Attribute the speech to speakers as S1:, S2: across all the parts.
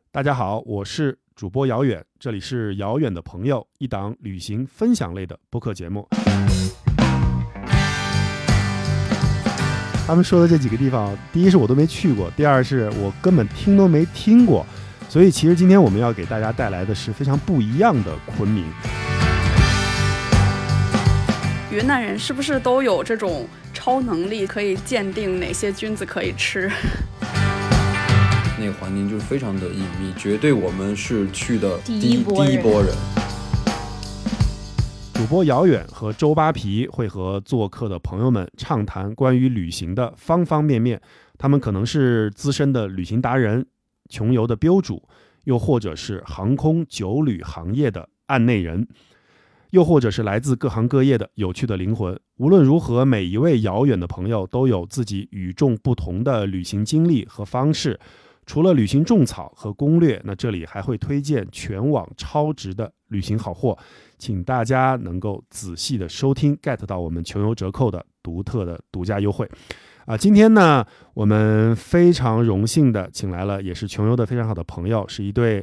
S1: 大家好，我是主播遥远，这里是遥远的朋友，一档旅行分享类的播客节目。他们说的这几个地方，第一是我都没去过，第二是我根本听都没听过，所以其实今天我们要给大家带来的是非常不一样的昆明。
S2: 云南人是不是都有这种超能力，可以鉴定哪些菌子可以吃？
S3: 那个环境就是非常的隐秘，绝对我们是去的第一波人。
S1: 主播遥远和周扒皮会和做客的朋友们畅谈关于旅行的方方面面，他们可能是资深的旅行达人、穷游的标主，又或者是航空酒旅行业的案内人，又或者是来自各行各业的有趣的灵魂。无论如何，每一位遥远的朋友都有自己与众不同的旅行经历和方式。除了旅行种草和攻略，那这里还会推荐全网超值的旅行好货，请大家能够仔细的收听 get 到我们穷游折扣的独特的独家优惠。今天呢，我们非常荣幸的请来了也是穷游的非常好的朋友，是一对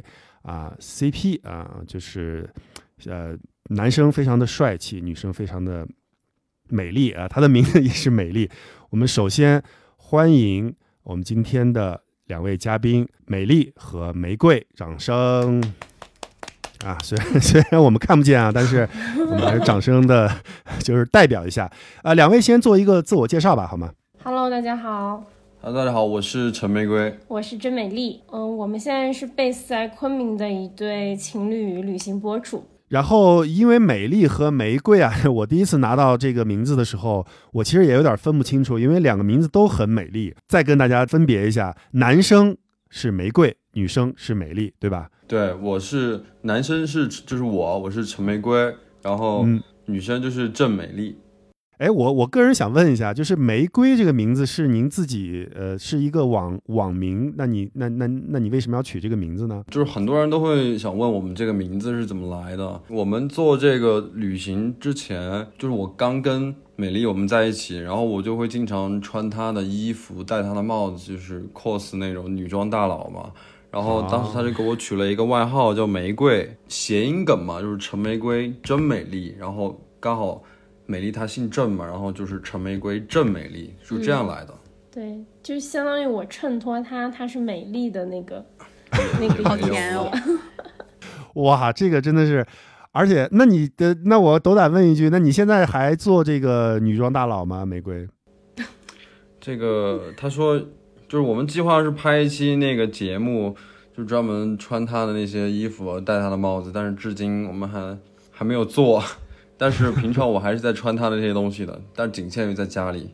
S1: CP 就是男生非常的帅气，女生非常的美丽他的名字也是美丽。我们首先欢迎我们今天的两位嘉宾美丽和玫瑰，掌声虽然我们看不见但是我们还是掌声的就是代表一下两位先做一个自我介绍吧，好吗？
S4: Hello， 大家好。
S3: 大家好，我是陈玫瑰，
S4: 我是真美丽。我们现在是 base 在昆明的一对情侣旅行博主。
S1: 然后因为美丽和玫瑰我第一次拿到这个名字的时候，我其实也有点分不清楚，因为两个名字都很美丽。再跟大家分别一下，男生是玫瑰，女生是美丽，对吧？
S3: 对，我是男生就是我是陈玫瑰，然后女生就是郑美丽。
S1: 我个人想问一下，就是玫瑰这个名字是您自己是一个网名，那你为什么要取这个名字呢？
S3: 就是很多人都会想问我们这个名字是怎么来的。我们做这个旅行之前，就是我刚跟美丽我们在一起，然后我就会经常穿她的衣服，戴她的帽子，就是 cos 那种女装大佬嘛。然后当时他就给我取了一个外号叫玫瑰，谐音梗嘛，就是陈玫瑰真美丽，然后刚好美丽她姓郑嘛，然后就是陈玫瑰郑美丽，就这样来的。
S4: 对，就相当于我衬托她是美丽的那个
S2: 好甜哦。
S1: 哇，这个真的是，而且那我斗胆问一句，那你现在还做这个女装大佬吗？玫瑰？
S3: 这个他说就是我们计划是拍一期那个节目，就专门穿她的那些衣服，戴她的帽子，但是至今我们还没有做。但是平常我还是在穿她的这些东西的，但仅限于在家里。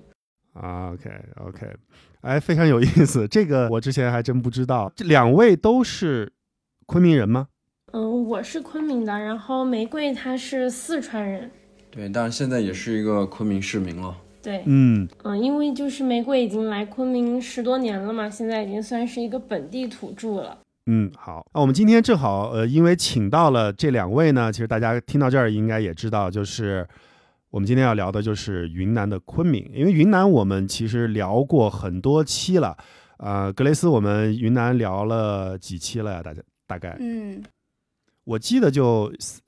S1: OK， 非常有意思，这个我之前还真不知道。这两位都是昆明人吗？
S4: 我是昆明的，然后玫瑰她是四川人。
S3: 对，但是现在也是一个昆明市民了。
S4: 对，因为就是玫瑰已经来昆明10多年了嘛，现在已经算是一个本地土著了。
S1: 好，那我们今天正好因为请到了这两位呢，其实大家听到这儿应该也知道，就是我们今天要聊的就是云南的昆明。因为云南我们其实聊过很多期了，格雷斯我们云南聊了几期了呀？大概我记得就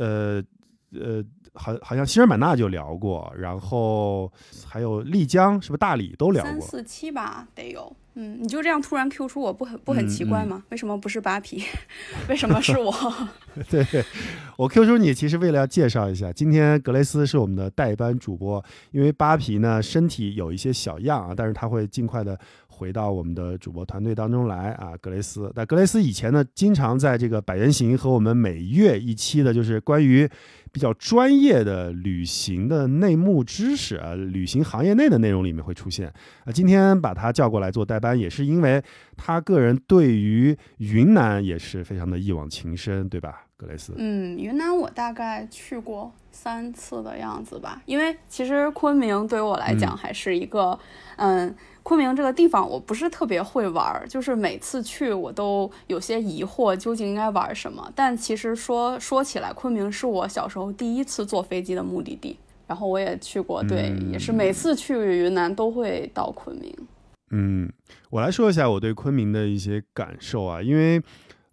S1: 好像西双版纳就聊过，然后还有丽江，是不是大理都聊过
S2: 3、4期吧，得有。你就这样突然 Q 出我不很奇怪吗？为什么不是扒皮？为什么是我？
S1: 对，我 Q 出你其实为了要介绍一下，今天格雷斯是我们的代班主播，因为扒皮呢身体有一些小恙但是他会尽快的回到我们的主播团队当中来格雷斯。但格雷斯以前呢经常在这个百元行和我们每月一期的就是关于比较专业的旅行的内幕知识旅行行业内的内容里面会出现今天把他叫过来做代班，也是因为他个人对于云南也是非常的一往情深，对吧，格雷斯？
S2: 云南我大概去过3次的样子吧，因为其实昆明对我来讲还是一个昆明这个地方我不是特别会玩，就是每次去我都有些疑惑究竟应该玩什么。但其实说起来，昆明是我小时候第一次坐飞机的目的地，然后我也去过，对，也是每次去云南都会到昆明。
S1: 我来说一下我对昆明的一些感受因为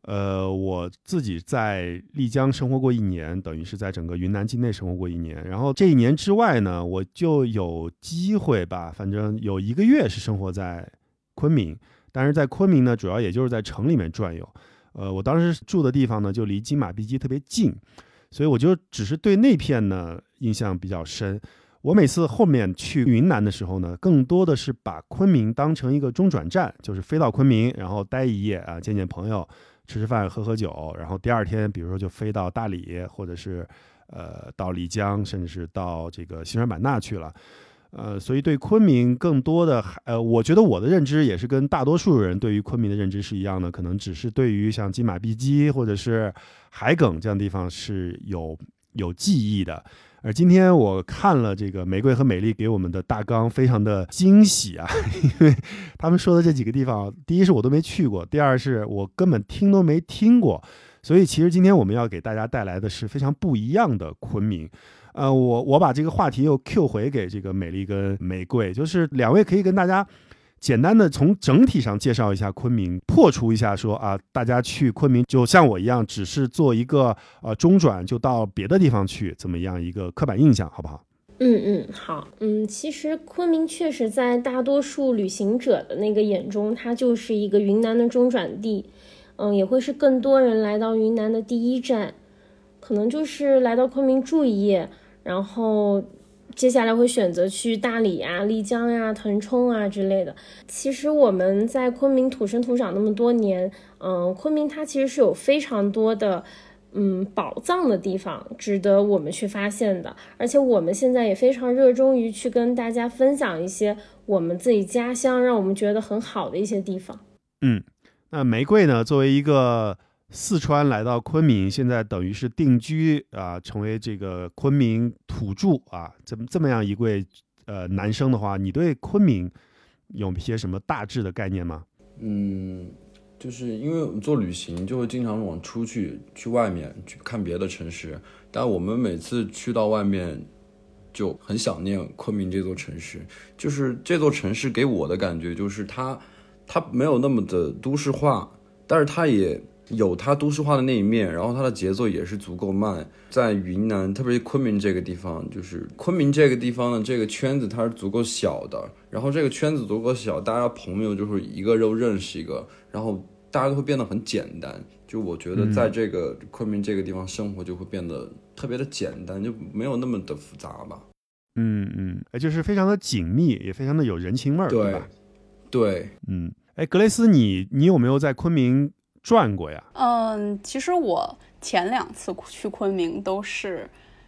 S1: 我自己在丽江生活过1年，等于是在整个云南境内生活过1年。然后这1年之外呢，我就有机会吧，反正有1个月是生活在昆明。但是在昆明呢，主要也就是在城里面转悠。我当时住的地方呢，就离金马碧鸡特别近，所以我就只是对那片呢印象比较深。我每次后面去云南的时候呢，更多的是把昆明当成一个中转站，就是飞到昆明，然后待1夜啊，见见朋友，吃吃饭，喝喝酒，然后第2天，比如说就飞到大理，或者是到丽江，甚至是到这个西双版纳去了。所以对昆明更多的我觉得我的认知也是跟大多数人对于昆明的认知是一样的，可能只是对于像金马碧鸡或者是海埂这样的地方是有记忆的。而今天我看了这个玫瑰和美丽给我们的大纲，非常的惊喜啊，因为他们说的这几个地方，第一是我都没去过，第二是我根本听都没听过，所以其实今天我们要给大家带来的是非常不一样的昆明。我把这个话题又 Q 回给这个美丽跟玫瑰，就是2位可以跟大家简单的从整体上介绍一下昆明，破除一下说啊，大家去昆明就像我一样，只是做一个中转就到别的地方去，这么样一个刻板印象，好不好？
S4: 好，其实昆明确实在大多数旅行者的那个眼中，它就是一个云南的中转地，也会是更多人来到云南的第一站，可能就是来到昆明住1夜，然后接下来会选择去大理啊、丽江呀、腾冲啊之类的。其实我们在昆明土生土长那么多年，昆明它其实是有非常多的宝藏的地方值得我们去发现的，而且我们现在也非常热衷于去跟大家分享一些我们自己家乡让我们觉得很好的一些地方。
S1: 那玫瑰呢，作为一个四川来到昆明，现在等于是定居啊，成为这个昆明土著啊，这么样一位男生的话，你对昆明有一些什么大致的概念吗？
S3: 就是因为我们做旅行就会经常往出去外面去看别的城市，但我们每次去到外面就很想念昆明这座城市。就是这座城市给我的感觉就是它没有那么的都市化，但是它也有它都市化的那一面，然后它的节奏也是足够慢。在云南，特别是昆明这个地方，就是昆明这个地方的这个圈子它是足够小的，然后这个圈子足够小，大家朋友就是一个都认识一个，然后大家都会变得很简单。就我觉得在这个昆明这个地方生活就会变得特别的简单，就没有那么的复杂吧。
S1: 就是非常的紧密，也非常的有人情味儿，对吧？
S3: 对，
S1: 格雷斯，你有没有在昆明转过呀？
S2: 其实我前2次去昆明都是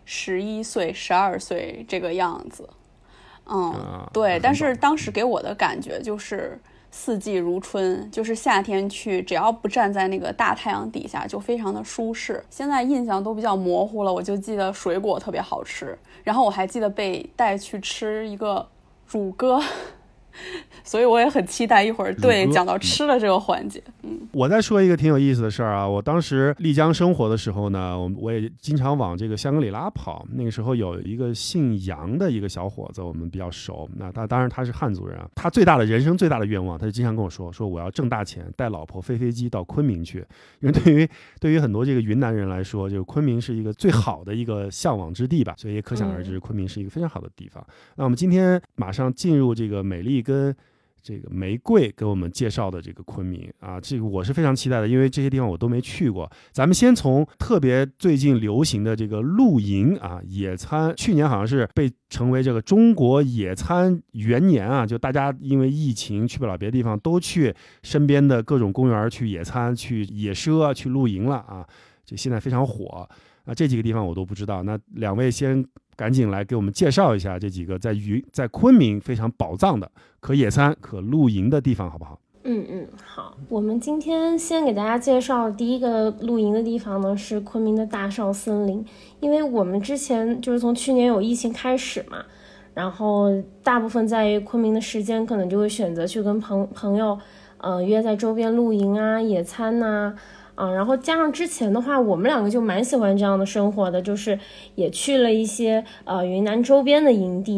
S2: 11岁、12岁这个样子。对，但是当时给我的感觉就是四季如春，就是夏天去，只要不站在那个大太阳底下就非常的舒适。现在印象都比较模糊了，我就记得水果特别好吃，然后我还记得被带去吃一个乳鸽，所以我也很期待一会儿讲到吃的这个环节。
S1: 我再说一个挺有意思的事儿啊，我当时丽江生活的时候呢，我也经常往这个香格里拉跑。那个时候有一个姓杨的一个小伙子，我们比较熟。那当然他是汉族人啊，他人生最大的愿望，他就经常跟我说我要挣大钱，带老婆飞飞机到昆明去。因为对于很多这个云南人来说，就昆明是一个最好的一个向往之地吧，所以也可想而知，昆明是一个非常好的地方。那我们今天马上进入这个美丽跟这个玫瑰给我们介绍的这个昆明啊，这个我是非常期待的，因为这些地方我都没去过。咱们先从特别最近流行的这个露营啊、野餐，去年好像是被成为这个中国野餐元年啊，就大家因为疫情去不了别的地方，都去身边的各种公园去野餐、去野奢、去露营了啊，这现在非常火啊。这几个地方我都不知道，那2位先赶紧来给我们介绍一下这几个在昆明非常宝藏的可野餐可露营的地方，好不好？
S4: 好，我们今天先给大家介绍第一个露营的地方呢，是昆明的大少森林。因为我们之前就是从去年有疫情开始嘛，然后大部分在昆明的时间可能就会选择去跟朋友约在周边露营啊、野餐啊。然后加上之前的话，我们2个就蛮喜欢这样的生活的，就是也去了一些云南周边的营地。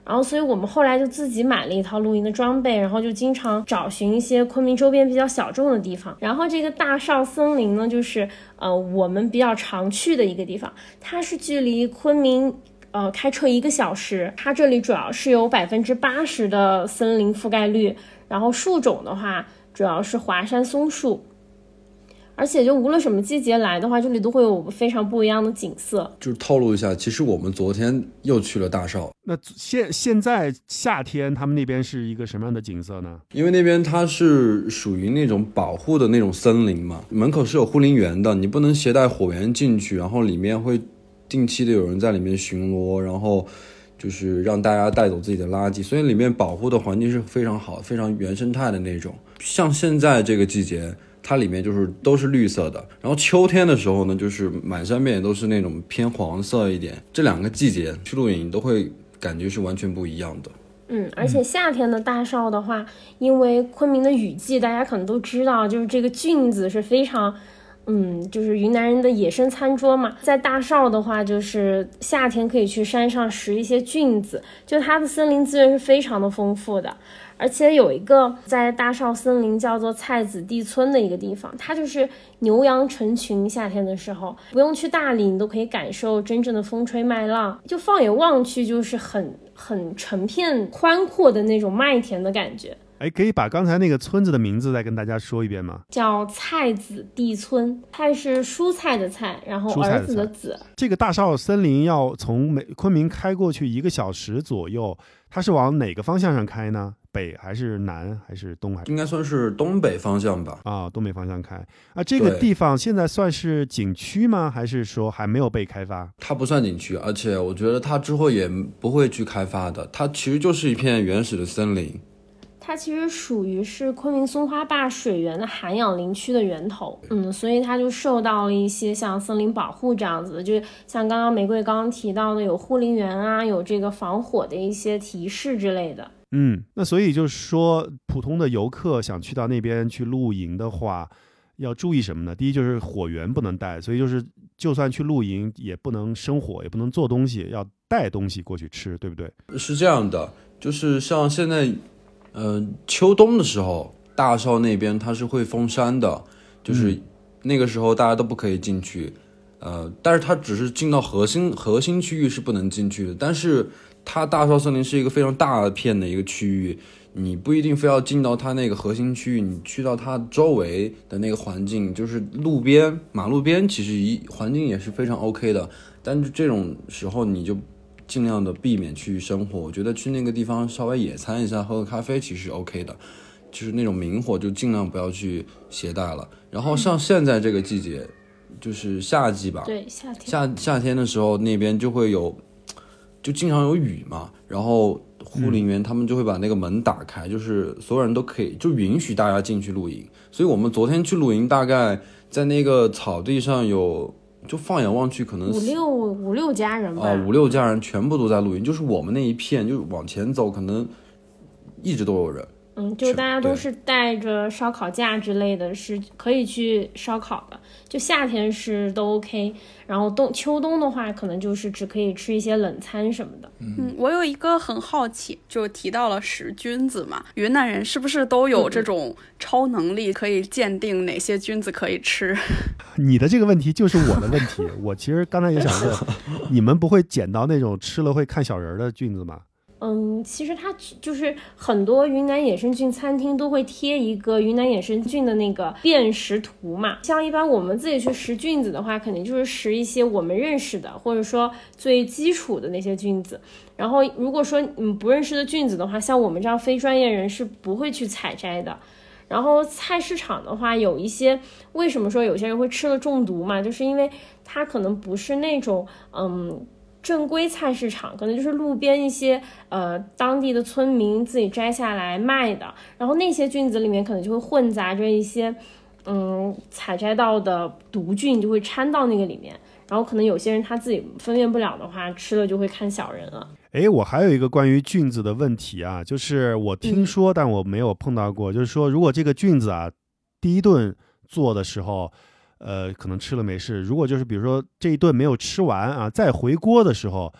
S4: 然后所以我们后来就自己买了一套露营的装备，然后就经常找寻一些昆明周边比较小众的地方。然后这个大少森林呢，就是我们比较常去的一个地方，它是距离昆明开车1个小时。它这里主要是有80%的森林覆盖率，然后树种的话主要是华山松树。而且就无论什么季节来的话，这里都会有非常不一样的景色。
S3: 就是透露一下，其实我们昨天又去了大少。
S1: 那现在夏天他们那边是一个什么样的景色呢？
S3: 因为那边它是属于那种保护的那种森林嘛，门口是有护林员的，你不能携带火源进去，然后里面会定期的有人在里面巡逻，然后就是让大家带走自己的垃圾，所以里面保护的环境是非常好，非常原生态的那种。像现在这个季节它里面就是都是绿色的，然后秋天的时候呢，就是满山遍野都是那种偏黄色一点。这2个季节去露营都会感觉是完全不一样的。
S4: 而且夏天的大少的话，因为昆明的雨季大家可能都知道，就是这个菌子是非常就是云南人的野生餐桌嘛。在大少的话，就是夏天可以去山上拾一些菌子，就它的森林资源是非常的丰富的。而且有一个在大少森林叫做菜子地村的一个地方，它就是牛羊成群，夏天的时候不用去大理，你都可以感受真正的风吹麦浪，就放眼望去就是很成片宽阔的那种麦田的感觉。
S1: 可以把刚才那个村子的名字再跟大家说一遍吗？
S4: 叫菜子地村，菜是蔬菜的菜，然后儿子的子。
S1: 这个大少森林要从昆明开过去1个小时左右，它是往哪个方向上开呢？北还是南还是东？
S3: 应该算是东北方向吧。
S1: 东北方向开。这个地方现在算是景区吗？还是说还没有被开发？
S3: 它不算景区，而且我觉得它之后也不会去开发的，它其实就是一片原始的森林。
S4: 它其实属于是昆明松花坝水源的涵养林区的源头，所以它就受到了一些像森林保护这样子的，就像刚刚玫瑰刚刚提到的，有护林员啊，有这个防火的一些提示之类的。
S1: 那所以就是说，普通的游客想去到那边去露营的话，要注意什么呢？第一就是火源不能带，所以就是就算去露营也不能生火，也不能做东西，要带东西过去吃，对不对？
S3: 是这样的，就是像现在秋冬的时候，大少那边它是会封山的，就是那个时候大家都不可以进去，但是它只是进到核心区域是不能进去的。但是它大少森林是一个非常大片的一个区域，你不一定非要进到它那个核心区域，你去到它周围的那个环境，就是路边、马路边，其实环境也是非常 OK 的。但是这种时候你就尽量的避免去生火，我觉得去那个地方稍微野餐一下，喝个咖啡其实 OK 的，就是那种明火就尽量不要去携带了。然后像现在这个季节，就是夏季吧，
S4: 对，
S3: 夏天的时候那边就经常有雨嘛，然后护林员他们就会把那个门打开，就是所有人都可以，就允许大家进去露营。所以我们昨天去露营，大概在那个草地上就放眼望去可能
S4: 五六家人吧
S3: ，5、6家人全部都在露营，就是我们那一片，就是往前走可能一直都有人。
S4: 就大家都是带着烧烤架之类的，是可以去烧烤的。就夏天是都 OK， 然后秋冬的话，可能就是只可以吃一些冷餐什么的。
S2: 我有一个很好奇，就提到了食菌子嘛，云南人是不是都有这种超能力，可以鉴定哪些菌子可以吃？
S1: 你的这个问题就是我的问题。我其实刚才也想问，你们不会捡到那种吃了会看小人的菌子吗？
S4: 其实它就是很多云南野生菌餐厅都会贴一个云南野生菌的那个辨识图嘛。像一般我们自己去识菌子的话，肯定就是识一些我们认识的，或者说最基础的那些菌子。然后如果说不认识的菌子的话，像我们这样非专业人士不会去采摘的。然后菜市场的话，有一些为什么说有些人会吃了中毒嘛，就是因为它可能不是那种正规菜市场，可能就是路边一些当地的村民自己摘下来卖的，然后那些菌子里面可能就会混杂着一些采摘到的毒菌，就会掺到那个里面，然后可能有些人他自己分辨不了的话，吃了就会看小人了。
S1: 我还有一个关于菌子的问题啊，就是我听说但我没有碰到过，就是说如果这个菌子啊第一顿做的时候可能吃了没事，如果就是比如说这一顿没有吃完啊，再回锅的时候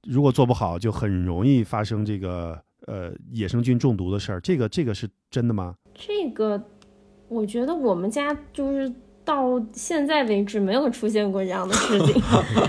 S1: 如果做不好，就很容易发生这个野生菌中毒的事儿。这个是真的吗？
S4: 这个我觉得我们家就是到现在为止没有出现过这样的事情。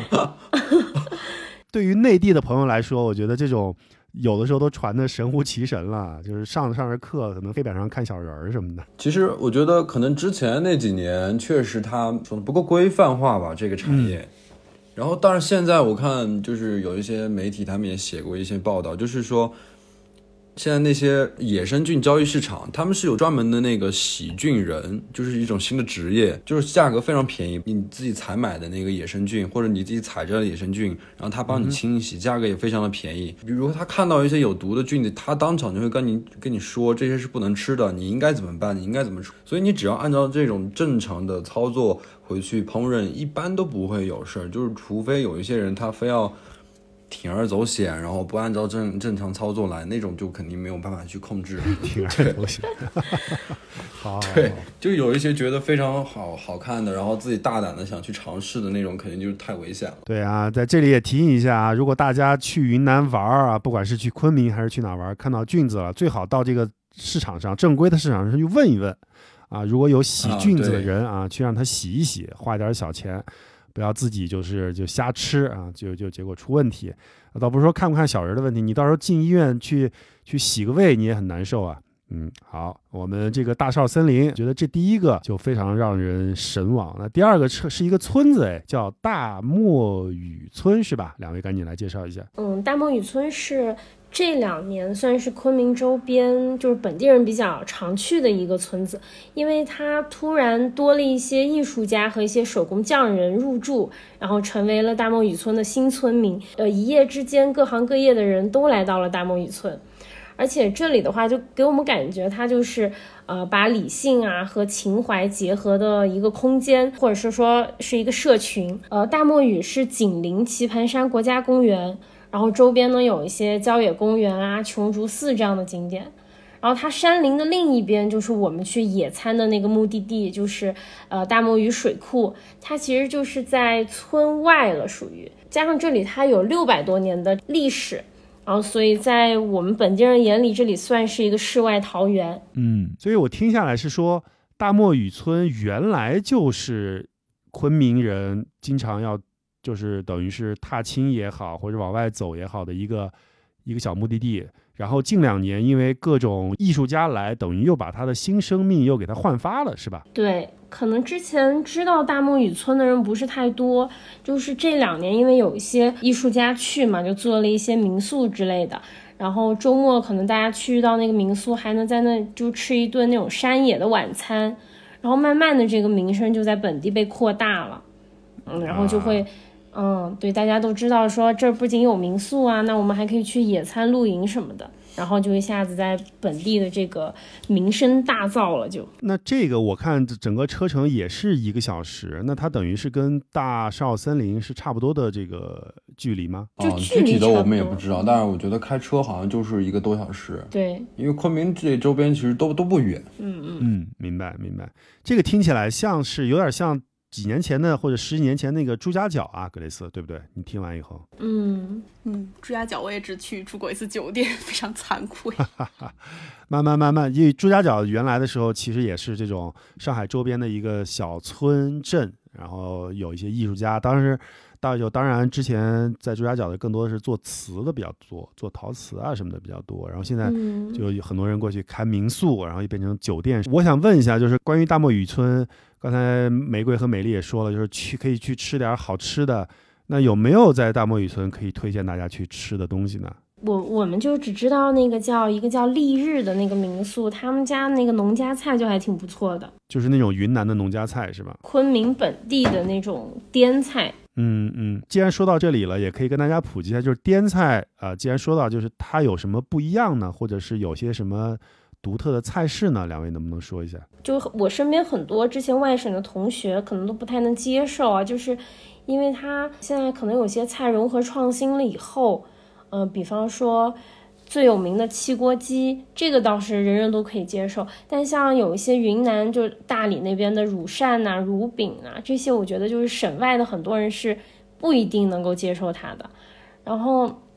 S1: 对于内地的朋友来说，我觉得这种有的时候都传的神乎其神了，就是上着课可能黑板上看小人儿什么的。
S3: 其实我觉得可能之前那几年确实它不够规范化吧，这个产业。然后当然现在我看就是有一些媒体他们也写过一些报道，就是说现在那些野生菌交易市场，他们是有专门的那个洗菌人，就是一种新的职业，就是价格非常便宜，你自己采买的那个野生菌，或者你自己采摘的野生菌，然后他帮你清洗，价格也非常的便宜。比如他看到一些有毒的菌子，他当场就会跟你说这些是不能吃的，你应该怎么办，你应该怎么处。所以你只要按照这种正常的操作回去烹饪，一般都不会有事儿，就是除非有一些人他非要铤而走险，然后不按照正常操作来，那种就肯定没有办法去控制。
S1: 铤而走险。好，
S3: 对，就有一些觉得非常好看的，然后自己大胆的想去尝试的那种，肯定就是太危险了。
S1: 对啊，在这里也提醒一下啊，如果大家去云南玩啊，不管是去昆明还是去哪玩，看到菌子了，最好到这个市场上，正规的市场上去问一问啊，如果有洗菌子的人啊，去让他洗一洗，花点小钱。不要自己就瞎吃啊，就结果出问题。倒不是说看不看小人的问题，你到时候进医院去洗个胃，你也很难受啊。好，我们这个大少森林，觉得这第一个就非常让人神往。那第二个是一个村子，叫大漠雨村，是吧？两位赶紧来介绍一下。
S4: 大漠雨村是这2年算是昆明周边就是本地人比较常去的一个村子，因为它突然多了一些艺术家和一些手工匠人入驻，然后成为了大漠雨村的新村民。一夜之间，各行各业的人都来到了大漠雨村。而且这里的话就给我们感觉它就是把理性啊和情怀结合的一个空间，或者是说是一个社群。大漠雨是紧邻棋盘山国家公园，然后周边呢有一些郊野公园啊、琼竹寺这样的景点。然后它山林的另一边就是我们去野餐的那个目的地，就是大漠雨水库，它其实就是在村外了，属于加上这里它有600多年的历史。然后所以在我们本地人眼里，这里算是一个世外桃源。
S1: 所以我听下来是说，大漠雨村原来就是昆明人经常要就是等于是踏青也好，或者往外走也好的一个小目的地。然后近2年因为各种艺术家来，等于又把他的新生命又给他焕发了，是吧？
S4: 对，可能之前知道大漠雨村的人不是太多，就是这2年因为有一些艺术家去嘛，就做了一些民宿之类的，然后周末可能大家去到那个民宿还能在那就吃一顿那种山野的晚餐，然后慢慢的这个名声就在本地被扩大了。然后就会对，大家都知道说这儿不仅有民宿啊，那我们还可以去野餐露营什么的，然后就一下子在本地的这个名声大噪了。
S1: 那这个我看整个车程也是1个小时，那它等于是跟大少森林是差不多的这个距离吗？
S3: 具体的我们也不知道，但是我觉得开车好像就是1个多小时。
S4: 对，
S3: 因为昆明这周边其实都不远。
S1: 明白。这个听起来像是有点像几年前的或者10几年前那个朱家角啊，格雷斯，对不对？你听完以后，
S2: 朱家角我也只去住过一次酒店，非常惭愧。
S1: 慢慢，因为朱家角原来的时候其实也是这种上海周边的一个小村镇，然后有一些艺术家，当然之前在朱家角的更多的是做瓷的比较多，做陶瓷啊什么的比较多，然后现在就有很多人过去开民宿，然后也变成酒店。我想问一下，就是关于大漠雨村，刚才玫瑰和美丽也说了，就是可以去吃点好吃的，那有没有在大漠雨村可以推荐大家去吃的东西呢？
S4: 我们就只知道那个一个叫丽日的那个民宿，他们家那个农家菜就还挺不错的，
S1: 就是那种云南的农家菜是吧？
S4: 昆明本地的那种滇菜。
S1: 既然说到这里了，也可以跟大家普及一下，就是滇菜既然说到，就是它有什么不一样呢？或者是有些什么独特的菜式呢？两位能不能说一下？
S4: 就我身边很多之前外省的同学可能都不太能接受啊，就是因为他现在可能有些菜融合创新了以后，比方说最有名的汽锅鸡，这个倒是人人都可以接受，但像有一些云南就大理那边的乳扇啊、乳饼啊，这些我觉得就是省外的很多人是不一定能够接受它的。然后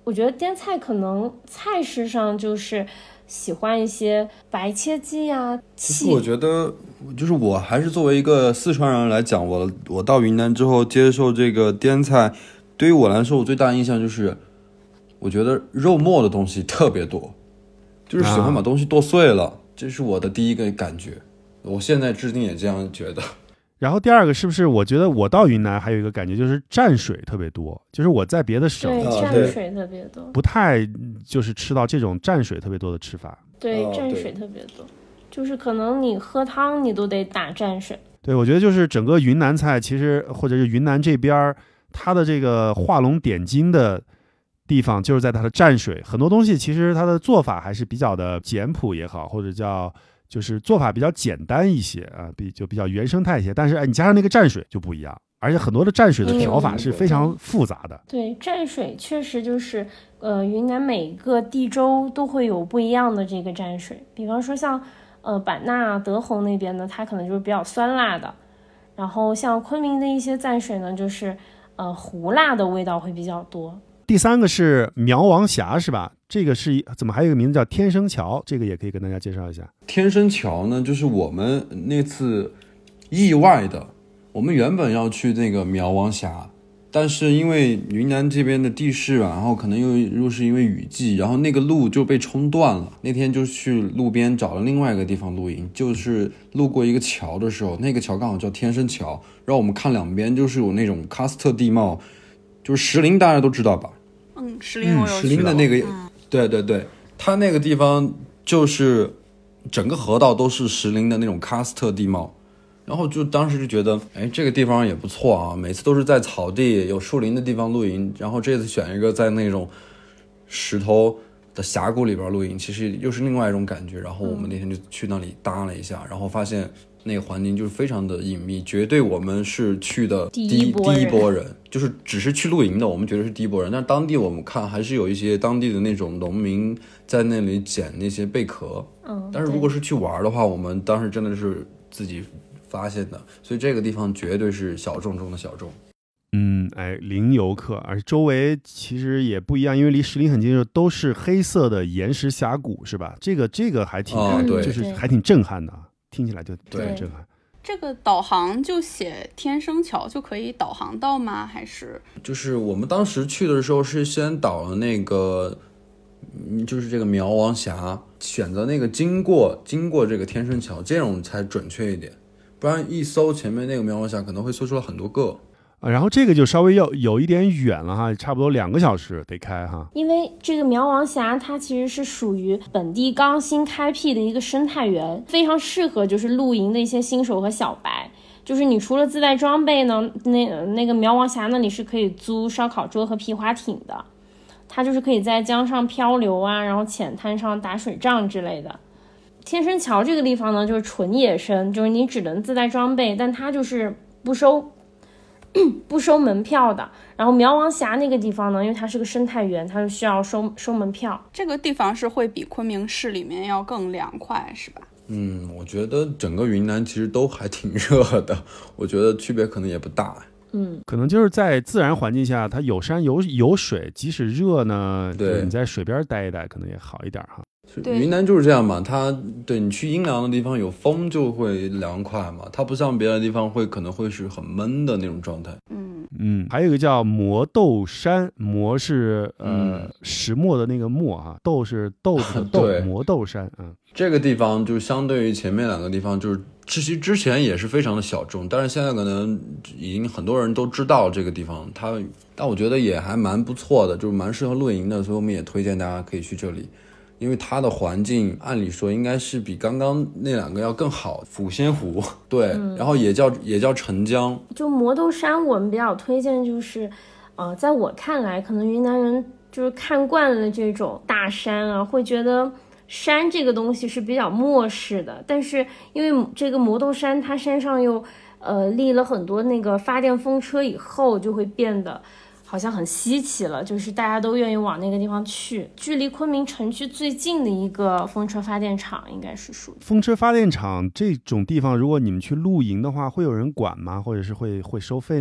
S4: 我觉得滇菜可能菜式上就是喜欢一些白切鸡啊。
S3: 其实我觉得，就是我还是作为一个四川人来讲，我到云南之后接受这个滇菜，对于我来说，我最大的印象就是，我觉得肉末的东西特别多，就是喜欢把东西剁碎了，这是我的第一个感觉。我现在至今也这样觉得。
S1: 然后第二个是不是我觉得我到云南还有一个感觉就是蘸水特别多，就是我在别的省
S4: 对蘸水特别多，
S1: 不太就是吃到这种蘸水特别多的吃法。
S4: 对，蘸水特别多，就是可能你喝汤你都得打蘸水。
S1: 对，我觉得就是整个云南菜其实或者是云南这边它的这个画龙点睛的地方就是在它的蘸水，很多东西其实它的做法还是比较的简朴也好，或者叫就是做法比较简单一些啊，比较原生态一些，但是你加上那个蘸水就不一样，而且很多的蘸水的调法是非常复杂的。
S4: 对，蘸水确实就是云南每个地州都会有不一样的这个蘸水，比方说像版纳德宏那边呢，它可能就是比较酸辣的，然后像昆明的一些蘸水呢，就是胡辣的味道会比较多。
S1: 第三个是苗王峡是吧？这个是怎么还有一个名字叫天生桥？这个也可以跟大家介绍一下。
S3: 天生桥呢，就是我们那次意外的，我们原本要去那个苗王峡，但是因为云南这边的地势吧，然后可能又是因为雨季，然后那个路就被冲断了。那天就去路边找了另外一个地方露营，就是路过一个桥的时候，那个桥刚好叫天生桥，然后我们看两边就是有那种喀斯特地貌，就是石林大家都知道吧？
S2: 石林我有去
S3: 石林的那个，对对对，它那个地方就是整个河道都是石林的那种喀斯特地貌，然后就当时就觉得，哎，这个地方也不错啊，每次都是在草地有树林的地方露营，然后这次选一个在那种石头的峡谷里边露营，其实又是另外一种感觉。然后我们那天就去那里搭了一下，然后发现那个环境就是非常的隐秘，绝对我们是去的第一波人，就是只是去露营的，我们觉得是第一波人，但当地我们看还是有一些当地的那种农民在那里捡那些贝壳，但是如果是去玩的话，我们当时真的是自己发现的，所以这个地方绝对是小众中的小众。
S1: 零游客，而且周围其实也不一样，因为离石林很近，都是黑色的岩石峡谷，是吧？这个还挺，
S3: 对，
S1: 就是还挺震撼的，听起来就挺震撼。
S2: 这个导航就写天生桥就可以导航到吗？还是
S3: 就是我们当时去的时候是先导了那个，就是这个苗王峡，选择那个经过这个天生桥，这种才准确一点，不然一搜前面那个苗王峡可能会搜出了很多个。
S1: 然后这个就稍微要有一点远了哈，差不多2个小时得开哈。
S4: 因为这个苗王峡它其实是属于本地刚新开辟的一个生态园，非常适合就是露营的一些新手和小白。就是你除了自带装备呢，那个苗王峡那里是可以租烧烤桌和皮划艇的，它就是可以在江上漂流啊，然后浅滩上打水仗之类的。天生桥这个地方呢，就是纯野生，就是你只能自带装备，但它就是不收门票的。然后苗王峡那个地方呢，因为它是个生态园，它是需要收门票。
S2: 这个地方是会比昆明市里面要更凉快是吧？
S3: 我觉得整个云南其实都还挺热的，我觉得区别可能也不大。
S1: 可能就是在自然环境下，它有山有水，即使热呢，
S3: 对，
S1: 你在水边待一待可能也好一点哈。
S3: 云南就是这样嘛，它对你去阴凉的地方有风就会凉快嘛，它不像别的地方可能会是很闷的那种状态。
S1: 还有一个叫磨豆山，磨是石磨的那个磨啊，豆是豆子的豆，磨豆山。
S3: 这个地方就相对于前面2个地方，就是其实之前也是非常的小众，但是现在可能已经很多人都知道这个地方，但我觉得也还蛮不错的，就是蛮适合露营的，所以我们也推荐大家可以去这里。因为它的环境按理说应该是比刚刚那2个要更好，抚仙湖对，然后也叫澄江。
S4: 就磨豆山我们比较推荐就是在我看来可能云南人就是看惯了这种大山啊，会觉得山这个东西是比较漠视的，但是因为这个磨豆山它山上又立了很多那个发电风车以后，就会变得好像很稀奇了，就是大家都愿意往那个地方去。距离昆明城区最近的一个风车发电厂应该是属于
S1: 风车发电厂这种地方，如果你们去露营的话，会有人管吗？或者是会收费吗？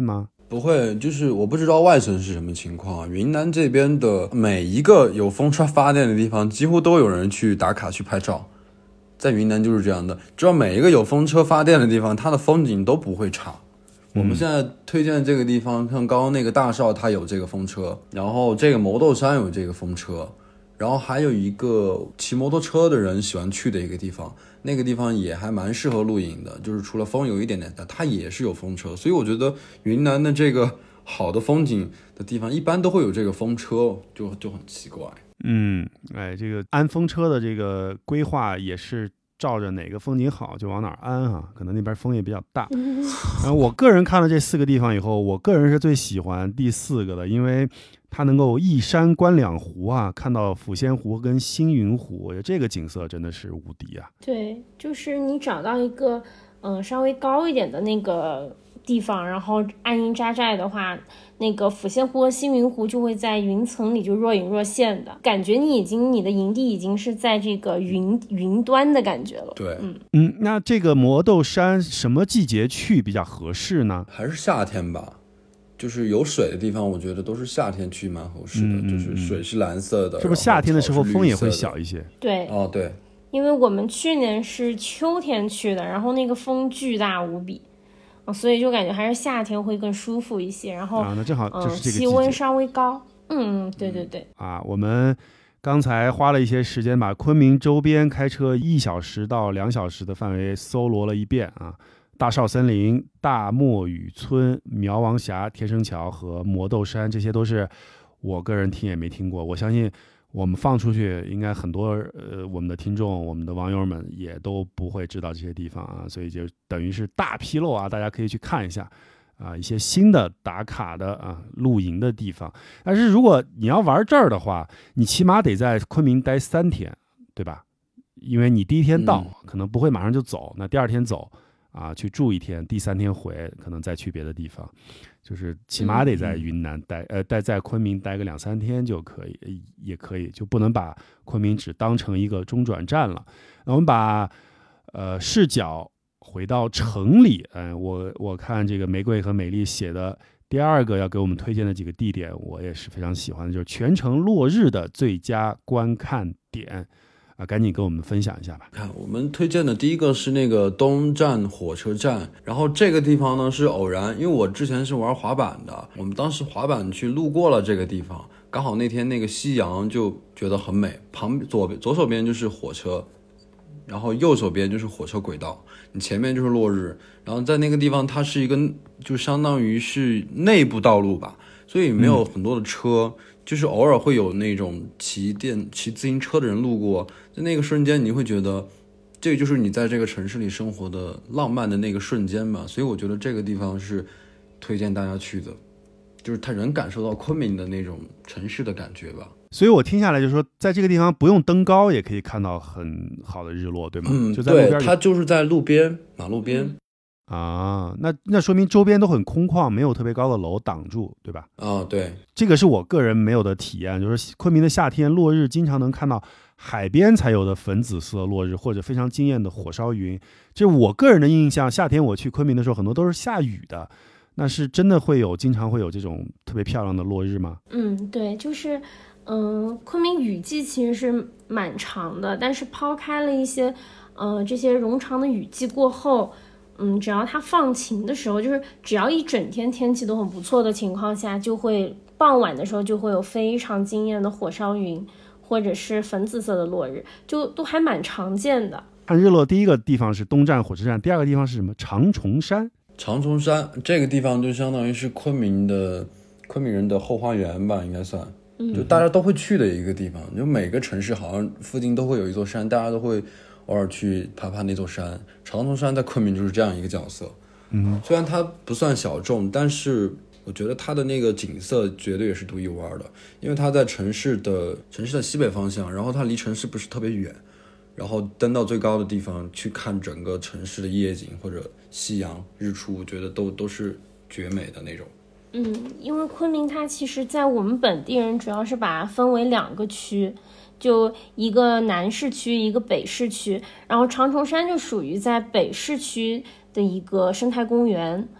S3: 不会，就是我不知道外省是什么情况。云南这边的每一个有风车发电的地方，几乎都有人去打卡去拍照。在云南就是这样的，只要每一个有风车发电的地方，它的风景都不会差。我们现在推荐的这个地方，像刚刚那个大少，它有这个风车，然后这个磨豆山有这个风车，然后还有一个骑摩托车的人喜欢去的一个地方，那个地方也还蛮适合露营的，就是除了风有一点点大，它也是有风车。所以我觉得云南的这个好的风景的地方，一般都会有这个风车，就很奇怪。
S1: 这个安风车的这个规划也是照着哪个风景好就往哪儿安哈，可能那边风也比较大。然后我个人看了这4个地方以后，我个人是最喜欢第4个的，因为它能够一山观2湖啊，看到抚仙湖跟星云湖，我觉得这个景色真的是无敌啊。
S4: 对，就是你找到一个稍微高一点的那个地方，然后安营扎寨的话，那个抚仙湖和星云湖就会在云层里就若隐若现的感觉，你的营地已经是在这个云端的感觉了。
S3: 对，
S1: 那这个磨豆山什么季节去比较合适呢？
S3: 还是夏天吧，就是有水的地方，我觉得都是夏天去蛮合适的，就是水是蓝色的，
S1: 是不是夏天的时候风也会小一些？
S4: 对，
S3: 对，
S4: 因为我们去年是秋天去的，然后那个风巨大无比。所以就感觉还是夏天会更舒服一些，然后
S1: 那正好就是这个季节，
S4: 气温稍微高。对对对。
S1: 我们刚才花了一些时间把昆明周边开车1小时到2小时的范围搜罗了一遍啊，大少森林、大漠雨村、苗王峡、天生桥和磨豆山，这些都是我个人听也没听过，我相信我们放出去应该很多我们的听众我们的网友们也都不会知道这些地方啊，所以就等于是大纰漏啊，大家可以去看一下一些新的打卡的露营的地方。但是如果你要玩这儿的话，你起码得在昆明待3天，对吧？因为你第1天到可能不会马上就走，那第2天走去住1天，第3天回可能再去别的地方，就是起码得在云南待在昆明待个2-3天就可以，也可以，就不能把昆明只当成一个中转站了。那我们把视角回到城里，我看这个玫瑰和美丽写的第2个要给我们推荐的几个地点，我也是非常喜欢的，就是全程落日的最佳观看点。赶紧跟我们分享一下吧。
S3: 看，我们推荐的第一个是那个东站火车站，然后这个地方呢是偶然，因为我之前是玩滑板的，我们当时滑板去路过了这个地方，刚好那天那个夕阳就觉得很美，左手边就是火车，然后右手边就是火车轨道，你前面就是落日，然后在那个地方它是一个就相当于是内部道路吧，所以没有很多的车，就是偶尔会有那种骑自行车的人路过，在那个瞬间你会觉得这就是你在这个城市里生活的浪漫的那个瞬间吧。所以我觉得这个地方是推荐大家去的，就是他能感受到昆明的那种城市的感觉吧。
S1: 所以我听下来就是说，在这个地方不用登高也可以看到很好的日落，对吗？就在路边。
S3: 对，它就是在路边，马路边。
S1: 那说明周边都很空旷，没有特别高的楼挡住，对吧？
S3: 对，
S1: 这个是我个人没有的体验，就是昆明的夏天落日经常能看到海边才有的粉紫色落日，或者非常惊艳的火烧云。这我个人的印象，夏天我去昆明的时候，很多都是下雨的。那是真的经常会有这种特别漂亮的落日吗？
S4: 对，就是昆明雨季其实是蛮长的，但是抛开了一些这些冗长的雨季过后，只要它放晴的时候，就是只要一整天天气都很不错的情况下，就会傍晚的时候就会有非常惊艳的火烧云，或者是粉紫色的落日，就都还蛮常见的。
S1: 看日落第一个地方是东站火车站，第2个地方是什么？长虫山。
S3: 长虫山这个地方就相当于是昆明人的后花园吧，应该算，就大家都会去的一个地方。就每个城市好像附近都会有一座山，大家都会偶尔去爬那座山。长虫山在昆明就是这样一个角色。虽然它不算小众，但是我觉得它的那个景色绝对也是独一无二的，因为它在城市的西北方向，然后它离城市不是特别远，然后登到最高的地方去看整个城市的夜景或者夕阳日出，我觉得都是绝美的那种。
S4: 因为昆明它其实在我们本地人主要是把它分为2个区，就一个南市区一个北市区，然后长虫山就属于在北市区的一个生态公园。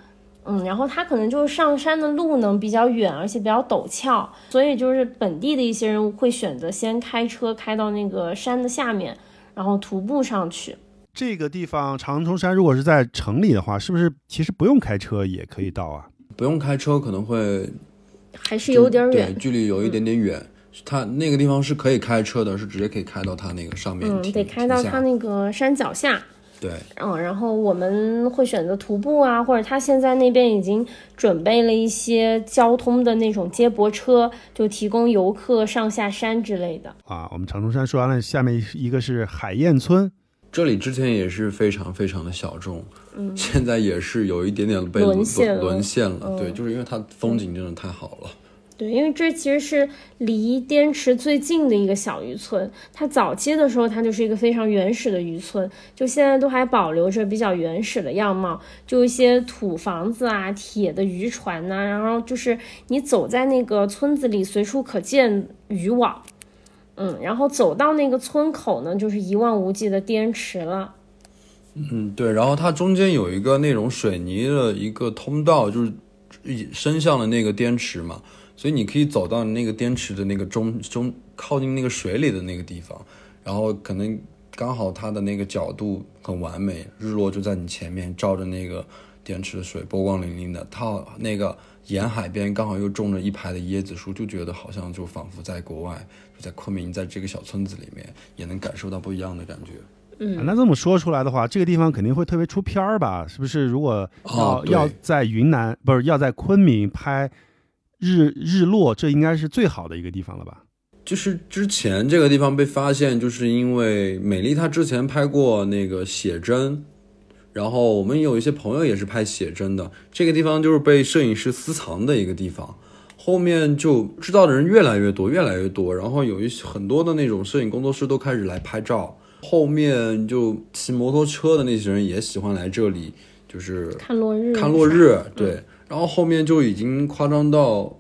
S4: 然后它可能就是上山的路呢比较远，而且比较陡峭，所以就是本地的一些人会选择先开车开到那个山的下面，然后徒步上去。
S1: 这个地方长冲山如果是在城里的话，是不是其实不用开车也可以到啊？
S3: 不用开车可能会
S4: 还是有点远，
S3: 对，距离有一点点远。它那个地方是可以开车的，是直接可以开到它那个上面，
S4: 得开到它那个山脚下。
S3: 对，
S4: 然后我们会选择徒步啊，或者他现在那边已经准备了一些交通的那种接驳车，就提供游客上下山之类的。
S1: 我们长冲山说完了，下面一个是海燕村，
S3: 这里之前也是非常非常的小众，现在也是有一点点被
S4: 沦陷
S3: 了，对，就是因为它风景真的太好了。
S4: 对，因为这其实是离滇池最近的一个小渔村，它早期的时候它就是一个非常原始的渔村，就现在都还保留着比较原始的样貌，就一些土房子啊、铁的渔船呐，然后就是你走在那个村子里随处可见渔网，然后走到那个村口呢，就是一望无际的滇池了。
S3: 对，然后它中间有一个那种水泥的一个通道，就是伸向了那个滇池嘛。所以你可以走到那个滇池的那个中靠近那个水里的那个地方，然后可能刚好它的那个角度很完美，日落就在你前面照着那个滇池的水，波光粼粼的。它那个沿海边刚好又种着一排的椰子树，就觉得好像就仿佛在国外，就在昆明，在这个小村子里面也能感受到不一样的感觉。
S1: 那这么说出来的话，这个地方肯定会特别出片儿吧？是不是？如果要在云南，不是要在昆明拍日落，这应该是最好的一个地方了吧？
S3: 就是之前这个地方被发现，就是因为美丽她之前拍过那个写真，然后我们有一些朋友也是拍写真的，这个地方就是被摄影师私藏的一个地方。后面就知道的人越来越多，然后有很多的那种摄影工作室都开始来拍照。后面就骑摩托车的那些人也喜欢来这里，就是看落日，对。然后后面就已经夸张到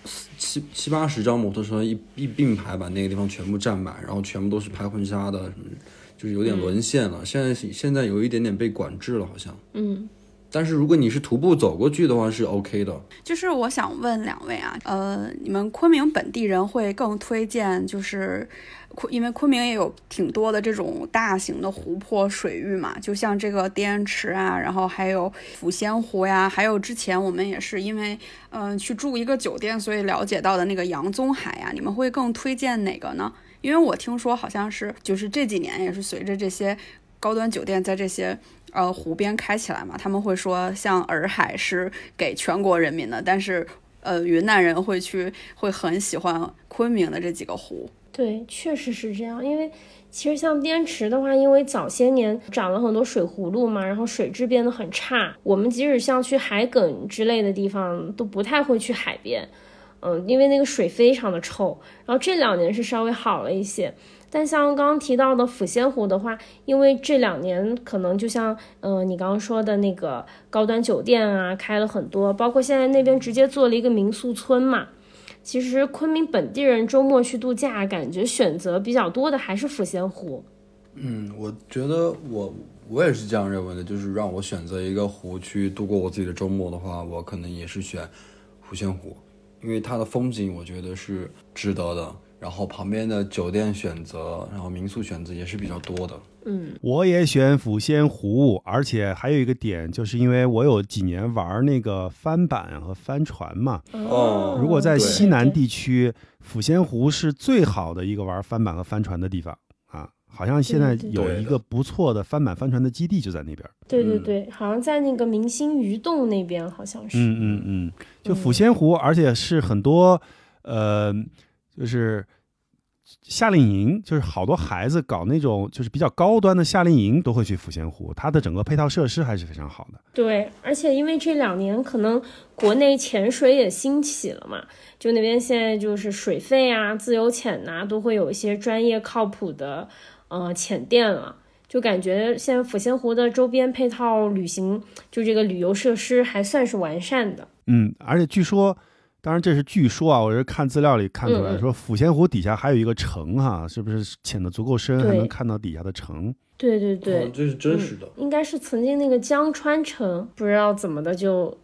S3: 70-80张摩托车一并排把那个地方全部占满，然后全部都是拍婚纱的，什么就是有点沦陷了。现在有一点点被管制了，好像。但是如果你是徒步走过去的话是 OK 的。
S2: 就是我想问两位啊，你们昆明本地人会更推荐，就是因为昆明也有挺多的这种大型的湖泊水域嘛，就像这个滇池啊，然后还有抚仙湖呀，还有之前我们也是因为去住一个酒店，所以了解到的那个洋宗海呀，你们会更推荐哪个呢？因为我听说好像是就是这几年也是随着这些高端酒店在这些湖边开起来嘛，他们会说像洱海是给全国人民的，但是云南人会很喜欢昆明的这几个湖。
S4: 对，确实是这样。因为其实像滇池的话，因为早些年长了很多水葫芦嘛，然后水质变得很差，我们即使像去海埂之类的地方都不太会去海边，因为那个水非常的臭。然后这2年是稍微好了一些，但像刚刚提到的抚仙湖的话，因为这2年可能就像你刚刚说的那个高端酒店啊开了很多，包括现在那边直接做了一个民宿村嘛。其实昆明本地人周末去度假，感觉选择比较多的还是抚仙湖。
S3: 我觉得我也是这样认为的，就是让我选择一个湖去度过我自己的周末的话，我可能也是选抚仙湖，因为它的风景我觉得是值得的，然后旁边的酒店选择，然后民宿选择也是比较多的。
S1: 我也选抚仙湖，而且还有一个点，就是因为我有几年玩那个帆板和帆船嘛。如果在西南地区，抚仙湖是最好的一个玩帆板和帆船的地方啊。好像现在有一个不错的帆板帆船的基地就在那边。
S4: 对，好像在那个明星鱼洞那边，好像是。
S1: 就抚仙湖，而且是很多就是夏令营，就是好多孩子搞那种就是比较高端的夏令营都会去抚仙湖，它的整个配套设施还是非常好的。
S4: 对，而且因为这2年可能国内潜水也兴起了嘛，就那边现在就是水费啊、自由潜啊都会有一些专业靠谱的潜店了，就感觉现在抚仙湖的周边配套旅行就这个旅游设施还算是完善的。
S1: 而且据说，当然这是据说啊，我是看资料里看出来说抚仙湖底下还有一个城哈，是不是潜得足够深还能看到底下的城？
S4: 对，
S3: 这是真实的。
S4: 应该是曾经那个江川城不知道怎么的就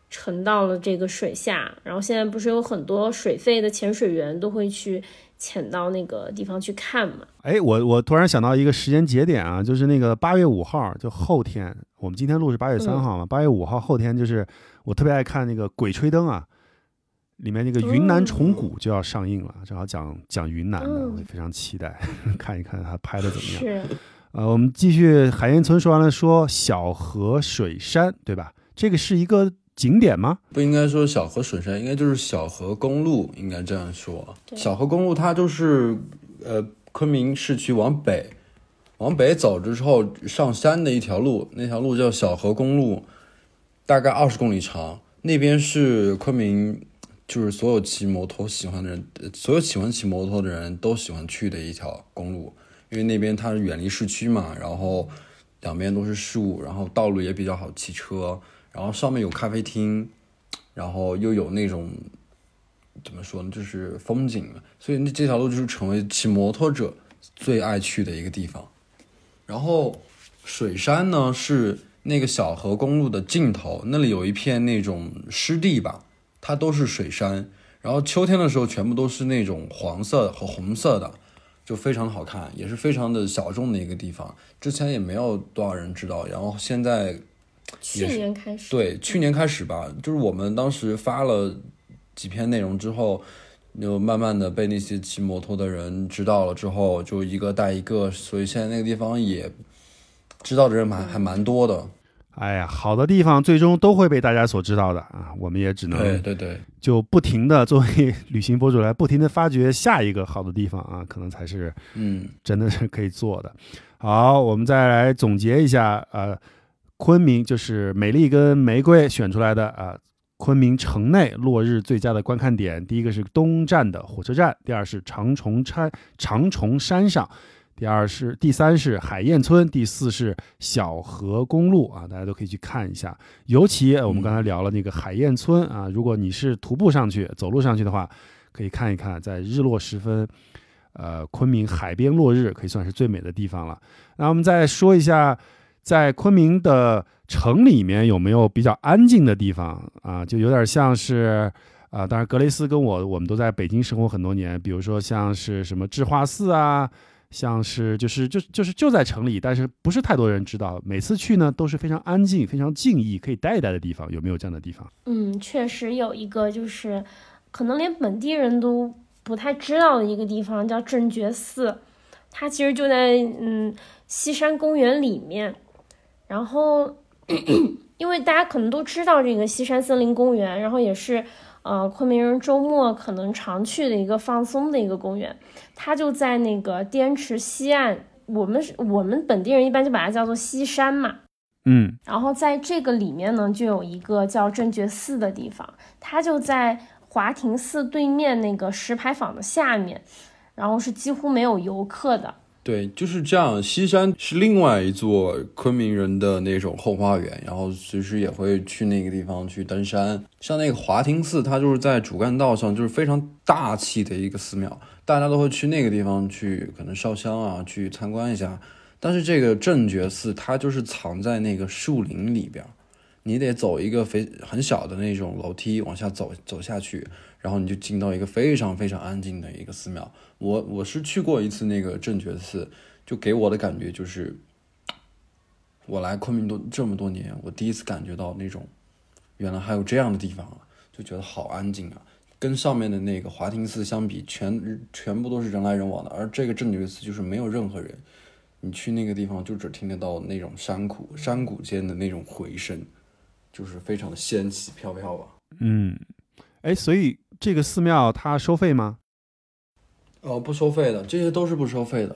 S4: 沉到了这个水下，然后现在不是有很多水肺的潜水员都会去潜到那个地方去看嘛。
S1: 我突然想到一个时间节点啊，就是那个8月5号，就后天，我们今天录是8月3号嘛，8月5号后天就是我特别爱看那个《鬼吹灯》啊，里面那个云南虫谷就要上映了，正好讲云南的，我也非常期待看一看他拍的怎么样。
S4: 是，
S1: 我们继续海燕村说完了，说小河水山，对吧？这个是一个景点吗？
S3: 不应该说小河水山，应该就是小河公路，应该这样说。小河公路它就是昆明市区往北走之后上山的一条路，那条路叫小河公路，大概20公里长。那边是昆明，就是所有骑摩托喜欢的人，所有喜欢骑摩托的人都喜欢去的一条公路，因为那边它是远离市区嘛，然后两边都是树，然后道路也比较好骑车，然后上面有咖啡厅，然后又有那种怎么说呢，就是风景，所以这条路就是成为骑摩托者最爱去的一个地方。然后水山呢是那个小河公路的尽头，那里有一片那种湿地吧，它都是水山，然后秋天的时候全部都是那种黄色和红色的，就非常好看，也是非常的小众的一个地方，之前也没有多少人知道，然后现在
S4: 去年开始，
S3: 对，去年开始吧，就是我们当时发了几篇内容之后，就慢慢的被那些骑摩托的人知道了之后，就一个带一个，所以现在那个地方也知道的人还蛮多的。
S1: 哎呀，好的地方最终都会被大家所知道的啊，我们也只能
S3: 对，
S1: 就不停的作为旅行博主来不停的发掘下一个好的地方啊，可能才是真的是可以做的。好，我们再来总结一下，昆明就是美丽跟玫瑰选出来的昆明城内落日最佳的观看点，第一个是东站的火车站，第二是长虫山上，第三是海燕村，第四是小河公路啊，大家都可以去看一下。尤其我们刚才聊了那个海燕村啊，如果你是徒步上去、走路上去的话，可以看一看，在日落时分，昆明海边落日可以算是最美的地方了。那我们再说一下，在昆明的城里面有没有比较安静的地方啊？就有点像是当然格雷斯跟我们都在北京生活很多年，比如说像是什么智化寺啊。像是就在城里，但是不是太多人知道。每次去呢都是非常安静、非常静谧，可以待一待的地方。有没有这样的地方？
S4: 确实有一个，就是可能连本地人都不太知道的一个地方，叫正觉寺。它其实就在西山公园里面。然后因为大家可能都知道这个西山森林公园，然后也是昆明人周末可能常去的一个放松的一个公园。它就在那个滇池西岸，我们本地人一般就把它叫做西山嘛。然后在这个里面呢，就有一个叫正觉寺的地方，它就在华亭寺对面那个石牌坊的下面，然后是几乎没有游客的。
S3: 对，就是这样。西山是另外一座昆明人的那种后花园，然后随时也会去那个地方去登山。像那个华亭寺，它就是在主干道上，就是非常大气的一个寺庙，大家都会去那个地方去可能烧香啊，去参观一下。但是这个正觉寺它就是藏在那个树林里边，你得走一个很小的那种楼梯往下走下去，然后你就进到一个非常非常安静的一个寺庙。我是去过一次那个正觉寺，就给我的感觉就是，我来昆明这么多年，我第一次感觉到那种原来还有这样的地方啊，就觉得好安静啊。跟上面的那个华亭寺相比，全部都是人来人往的，而这个正觉寺就是没有任何人，你去那个地方就只听得到那种山谷间的那种回声，就是非常的仙气飘飘吧。
S1: 所以这个寺庙它收费吗？
S3: 不收费的，这些都是不收费的。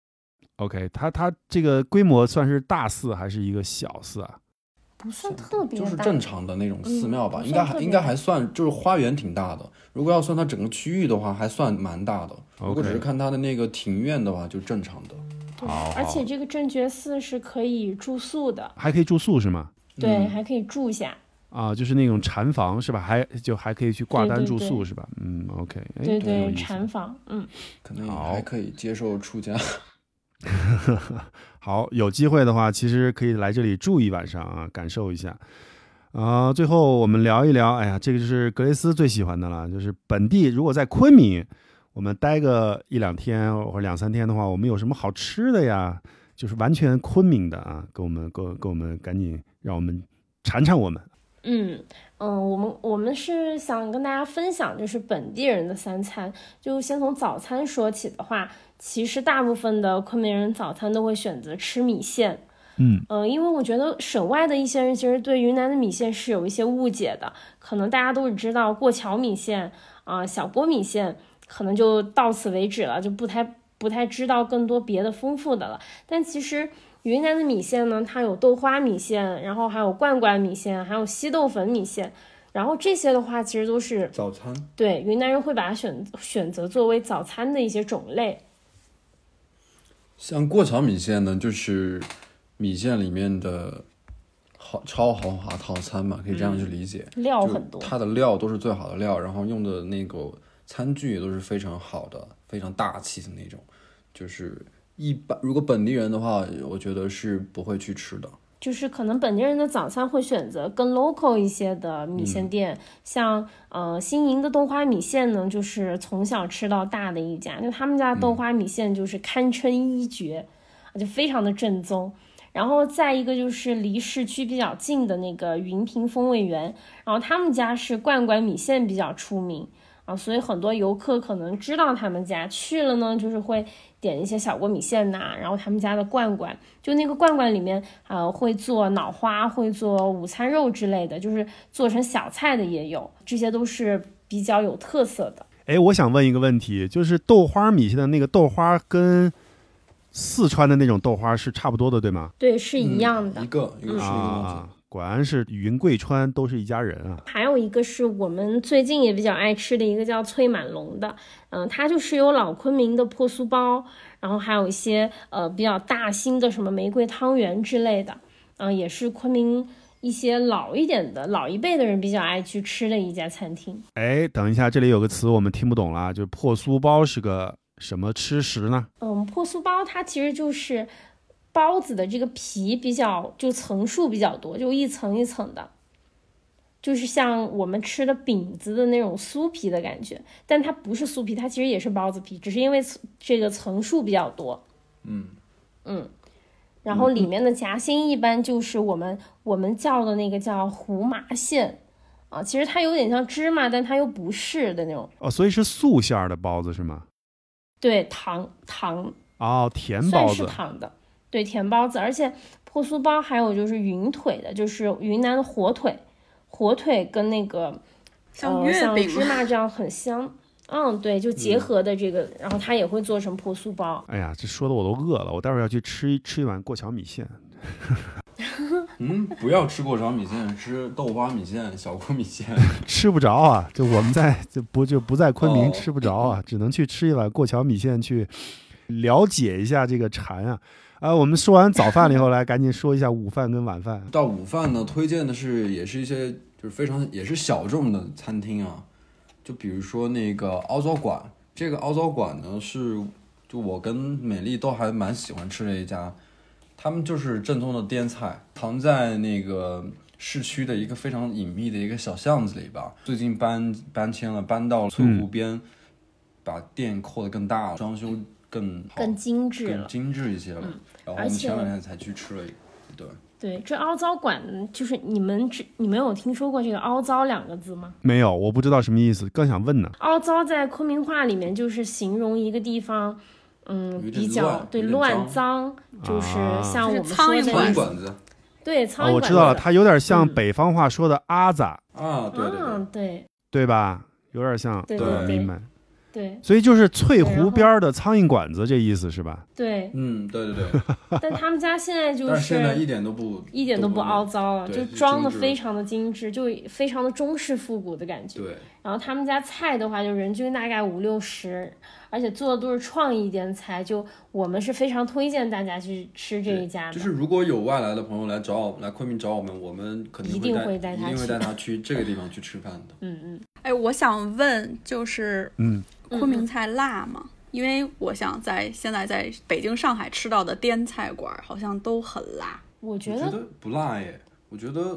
S1: OK， 它这个规模算是大寺还是一个小寺啊？
S4: 不算特别大，
S3: 就是正常的那种寺庙吧，应该还算，就是花园挺大的。如果要算它整个区域的话，还算蛮大的。如果只是看它的那个庭院的话，就正常的。
S1: 好，
S4: 而且这个正觉寺是可以住宿的，
S1: 还可以住宿是吗？
S4: 对，还可以住下。
S1: 就是那种禅房是吧？还可以去挂单住宿是吧？OK，
S4: 对，禅房，
S3: 可能还可以接受出家。
S1: 好，有机会的话，其实可以来这里住一晚上啊，感受一下。 最后我们聊一聊，哎呀，这个就是格雷斯最喜欢的了，就是本地如果在昆明我们待个1-2天或者2-3天的话，我们有什么好吃的呀？就是完全昆明的啊，给我们赶紧让我们馋馋我们。
S4: 我们是想跟大家分享，就是本地人的3餐。就先从早餐说起的话，其实大部分的昆明人早餐都会选择吃米线。因为我觉得省外的一些人其实对云南的米线是有一些误解的，可能大家都是知道过桥米线小锅米线，可能就到此为止了，就不太知道更多别的丰富的了。但其实云南的米线呢，它有豆花米线，然后还有罐罐米线，还有稀豆粉米线，然后这些的话其实都是
S3: 早餐，
S4: 对，云南人会把它选择作为早餐的一些种类。
S3: 像过桥米线呢，就是米线里面的超豪华套餐嘛，可以这样去理解，
S4: 料很多，
S3: 它的料都是最好的料，然后用的那个餐具也都是非常好的，非常大气的那种，就是一般如果本地人的话，我觉得是不会去吃的。
S4: 就是可能本地人的早餐会选择更 local 一些的米线店，像新营的豆花米线呢，就是从小吃到大的一家，就他们家豆花米线就是堪称一绝，就非常的正宗。然后再一个就是离市区比较近的那个云平风味园，然后他们家是罐罐米线比较出名所以很多游客可能知道他们家，去了呢就是会点一些小锅米线然后他们家的罐罐，就那个罐罐里面会做脑花，会做午餐肉之类的，就是做成小菜的也有，这些都是比较有特色的。
S1: 我想问一个问题，就是豆花米线的那个豆花跟四川的那种豆花是差不多的对吗？
S4: 对，是一样的，
S3: 一个是一个东西。
S1: 果然是云贵川都是一家人啊。
S4: 还有一个是我们最近也比较爱吃的一个叫脆满龙的，它就是有老昆明的破酥包，然后还有一些比较大兴的什么玫瑰汤圆之类的，也是昆明一些老一辈的人比较爱去吃的一家餐厅。
S1: 等一下，这里有个词我们听不懂了，就是破酥包是个什么吃食呢？
S4: 破酥包它其实就是包子的这个皮就层数比较多，就一层一层的，就是像我们吃的饼子的那种酥皮的感觉，但它不是酥皮，它其实也是包子皮，只是因为这个层数比较多。然后里面的夹心一般就是我们叫的那个叫胡麻馅其实它有点像芝麻，但它又不是的那种。
S1: 所以是素馅的包子是吗？
S4: 对，糖
S1: 甜包子，
S4: 算是糖的。对，甜包子。而且破酥包还有就是云腿的，就是云南的火腿跟那个
S2: 像月饼
S4: 像芝麻这样很香。对，就结合的这个，然后它也会做成破酥包。
S1: 哎呀，这说的我都饿了，我待会儿要去吃一碗过桥米线。
S3: 不要吃过桥米线，吃豆花米线、小锅米线。
S1: 吃不着啊，就我们就不在昆明吃不着啊，只能去吃一碗过桥米线去了解一下这个馋啊。我们说完早饭了以后，来赶紧说一下午饭跟晚饭。
S3: 到午饭呢，推荐的也是一些就是非常也是小众的餐厅啊，就比如说那个凹糟馆。这个凹糟馆呢就我跟美丽都还蛮喜欢吃的一家，他们就是正宗的滇菜，藏在那个市区的一个非常隐秘的一个小巷子里吧。最近搬迁了，搬到翠湖边，把店扩得更大了，装修更
S4: 精致了，
S3: 更精致一些了。然后我们前2天才去吃了一个。
S4: 对，这凹糟馆就是你们有听说过这个凹糟2个字吗？
S1: 没有，我不知道什么意思，更想问呢。
S4: 凹糟在昆明话里面就是形容一个地方比较乱脏，就是像我们说的
S3: 苍蝇馆子。
S4: 对，苍蝇馆子。
S1: 我知道了，它有点像北方话说的阿杂对吧？有点像。
S4: 对，
S1: 明白。
S4: 对，
S1: 所以就是翠湖边的苍蝇馆子，这意思是吧？
S4: 对，
S3: 对。
S4: 但他们家现在
S3: 但是现在一点都不
S4: 凹糟了，就装的非常的精致，就非常的中式复古的感觉。
S3: 对。
S4: 然后他们家菜的话，就人均大概50-60，而且做的都是创意一点菜，就我们是非常推荐大家去吃这一家的。
S3: 就是如果有外来的朋友来昆明找我们，我们肯定
S4: 一定会带
S3: 他去这个地方去吃饭的。
S2: 我想问，就是昆明菜辣吗？因为我想现在在北京、上海吃到的滇菜馆好像都很辣。
S4: 我觉
S3: 得不辣耶，我觉得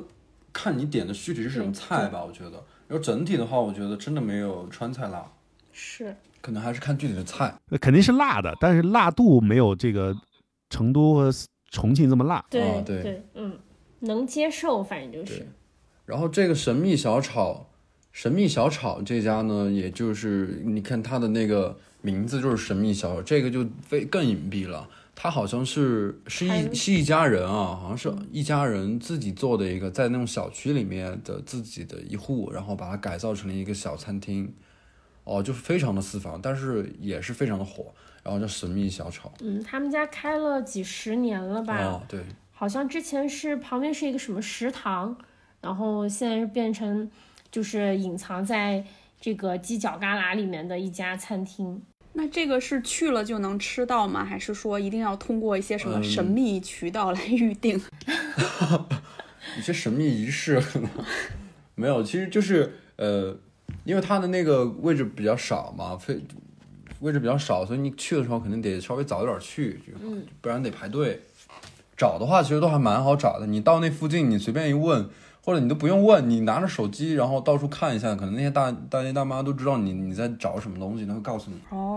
S3: 看你点的具体是什么菜吧，我觉得。然后整体的话，我觉得真的没有川菜辣，
S4: 是，
S3: 可能还是看具体的菜。
S1: 肯定是辣的，但是辣度没有这个成都和重庆这么辣。
S4: 对、
S3: 对，
S4: 能接受，反正就是。
S3: 然后这个神秘小炒这家呢，也就是你看它的那个名字就是神秘小炒，这个就更隐蔽了。他好像是一家人啊，好像是一家人自己做的一个，在那种小区里面的自己的一户，然后把它改造成了一个小餐厅，就是非常的私房，但是也是非常的火，然后叫神秘小炒。
S4: 他们家开了几十年了吧？
S3: 对，
S4: 好像之前是旁边是一个什么食堂，然后现在变成就是隐藏在这个犄角旮旯里面的一家餐厅。
S2: 那这个是去了就能吃到吗？还是说一定要通过一些什么神秘渠道来预定？
S3: 一些神秘仪式可能没有，其实就是因为它的那个位置比较少嘛，位置比较少，所以你去的时候肯定得稍微早一点去，不然得排队。找的话其实都还蛮好找的，你到那附近你随便一问，或者你都不用问，你拿着手机然后到处看一下，可能那些大爷大妈都知道你在找什么东西，他会告诉你。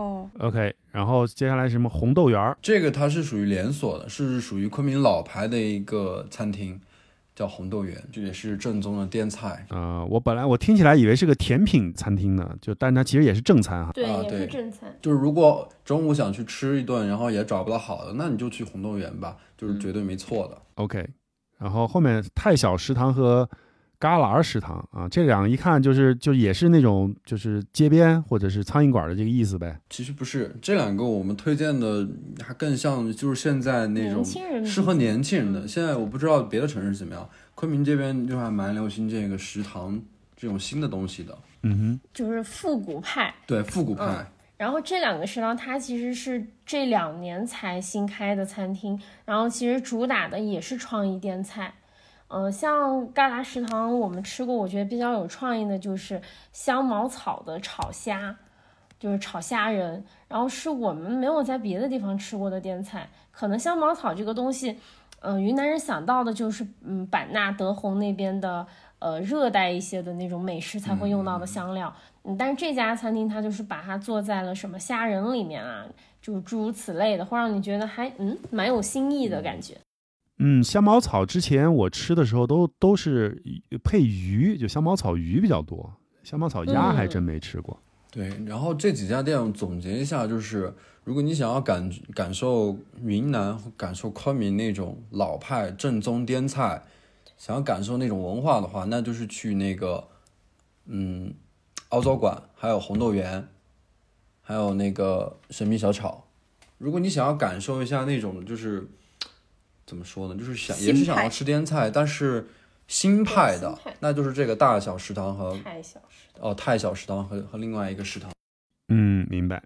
S1: OK， 然后接下来什么红豆园，
S3: 这个它是属于连锁的，是属于昆明老牌的一个餐厅，叫红豆园，这也是正宗的滇菜。
S1: 我听起来以为是个甜品餐厅呢，但它其实也是正餐哈。
S4: 对，也是正餐。
S3: 就是如果中午想去吃一顿，然后也找不到好的，那你就去红豆园吧，就是绝对没错的。
S1: OK， 然后后面太小食堂和旮旯食堂啊，这两个一看就也是那种就是街边或者是苍蝇馆的这个意思呗。
S3: 其实不是，这两个我们推荐的还更像就是现在那种适合年轻人的。现在我不知道别的城市怎么样，昆明这边就还蛮流行这个食堂这种新的东西的。
S4: 就是复古派。
S3: 对，复古派。
S4: 然后这两个食堂它其实是这2年才新开的餐厅，然后其实主打的也是创意滇菜。像旮旯食堂我们吃过，我觉得比较有创意的就是香茅草的炒虾，就是炒虾仁，然后是我们没有在别的地方吃过的滇菜。可能香茅草这个东西，云南人想到的就是版纳德宏那边的热带一些的那种美食才会用到的香料。但是这家餐厅它就是把它做在了什么虾仁里面啊，就诸如此类的，会让你觉得还蛮有新意的感觉。
S1: 香茅草之前我吃的时候都是配鱼，就香茅草鱼比较多，香茅草鸭还真没吃过。
S3: 对，然后这几家店总结一下，就是如果你想要感受云南、感受昆明那种老派正宗滇菜，想要感受那种文化的话，那就是去那个凹糟馆，还有红豆园，还有那个神秘小炒。如果你想要感受一下那种就是怎么说呢，就是也是想要吃滇菜，但是新派的，那就是这个大小食堂和太小食堂和另外一个食堂。
S1: 明白。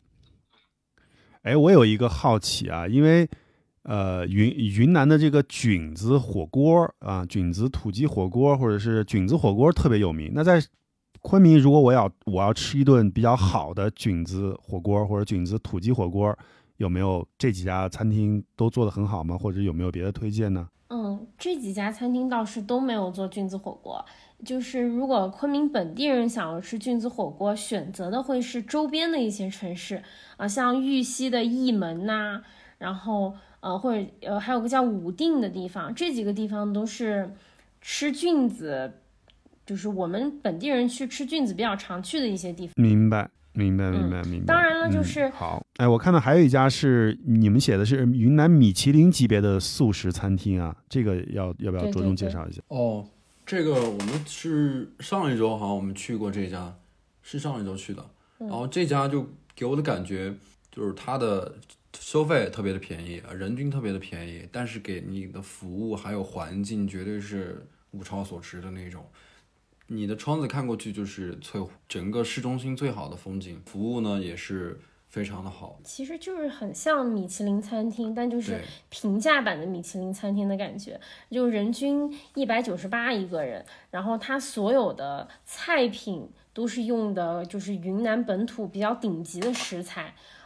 S1: 我有一个好奇啊，因为云南的这个菌子火锅啊，菌子土鸡火锅或者是菌子火锅特别有名。那在昆明，如果我要吃一顿比较好的菌子火锅或者菌子土鸡火锅，有没有这几家餐厅都做得很好吗？或者有没有别的推荐呢？
S4: 这几家餐厅倒是都没有做菌子火锅。就是如果昆明本地人想要吃菌子火锅，选择的会是周边的一些城市啊，像玉溪的义门呐，然后或者还有个叫武定的地方，这几个地方都是吃菌子，就是我们本地人去吃菌子比较常去的一些地方。
S1: 明白。
S4: 当然了，就是
S1: 好。我看到还有一家是你们写的是云南米其林级别的素食餐厅啊，这个要不要着重介绍一下？
S3: 这个我们是上一周好像我们去过这家，是上一周去的。然后这家就给我的感觉就是它的收费特别的便宜，人均特别的便宜，但是给你的服务还有环境绝对是物超所值的那种。你的窗子看过去就是整个市中心最好的风景，服务呢也是非常的好。
S4: 其实就是很像米其林餐厅，但就是平价版的米其林餐厅的感觉，就人均198一个人，然后它所有的菜品都是用的就是云南本土比较顶级的食材。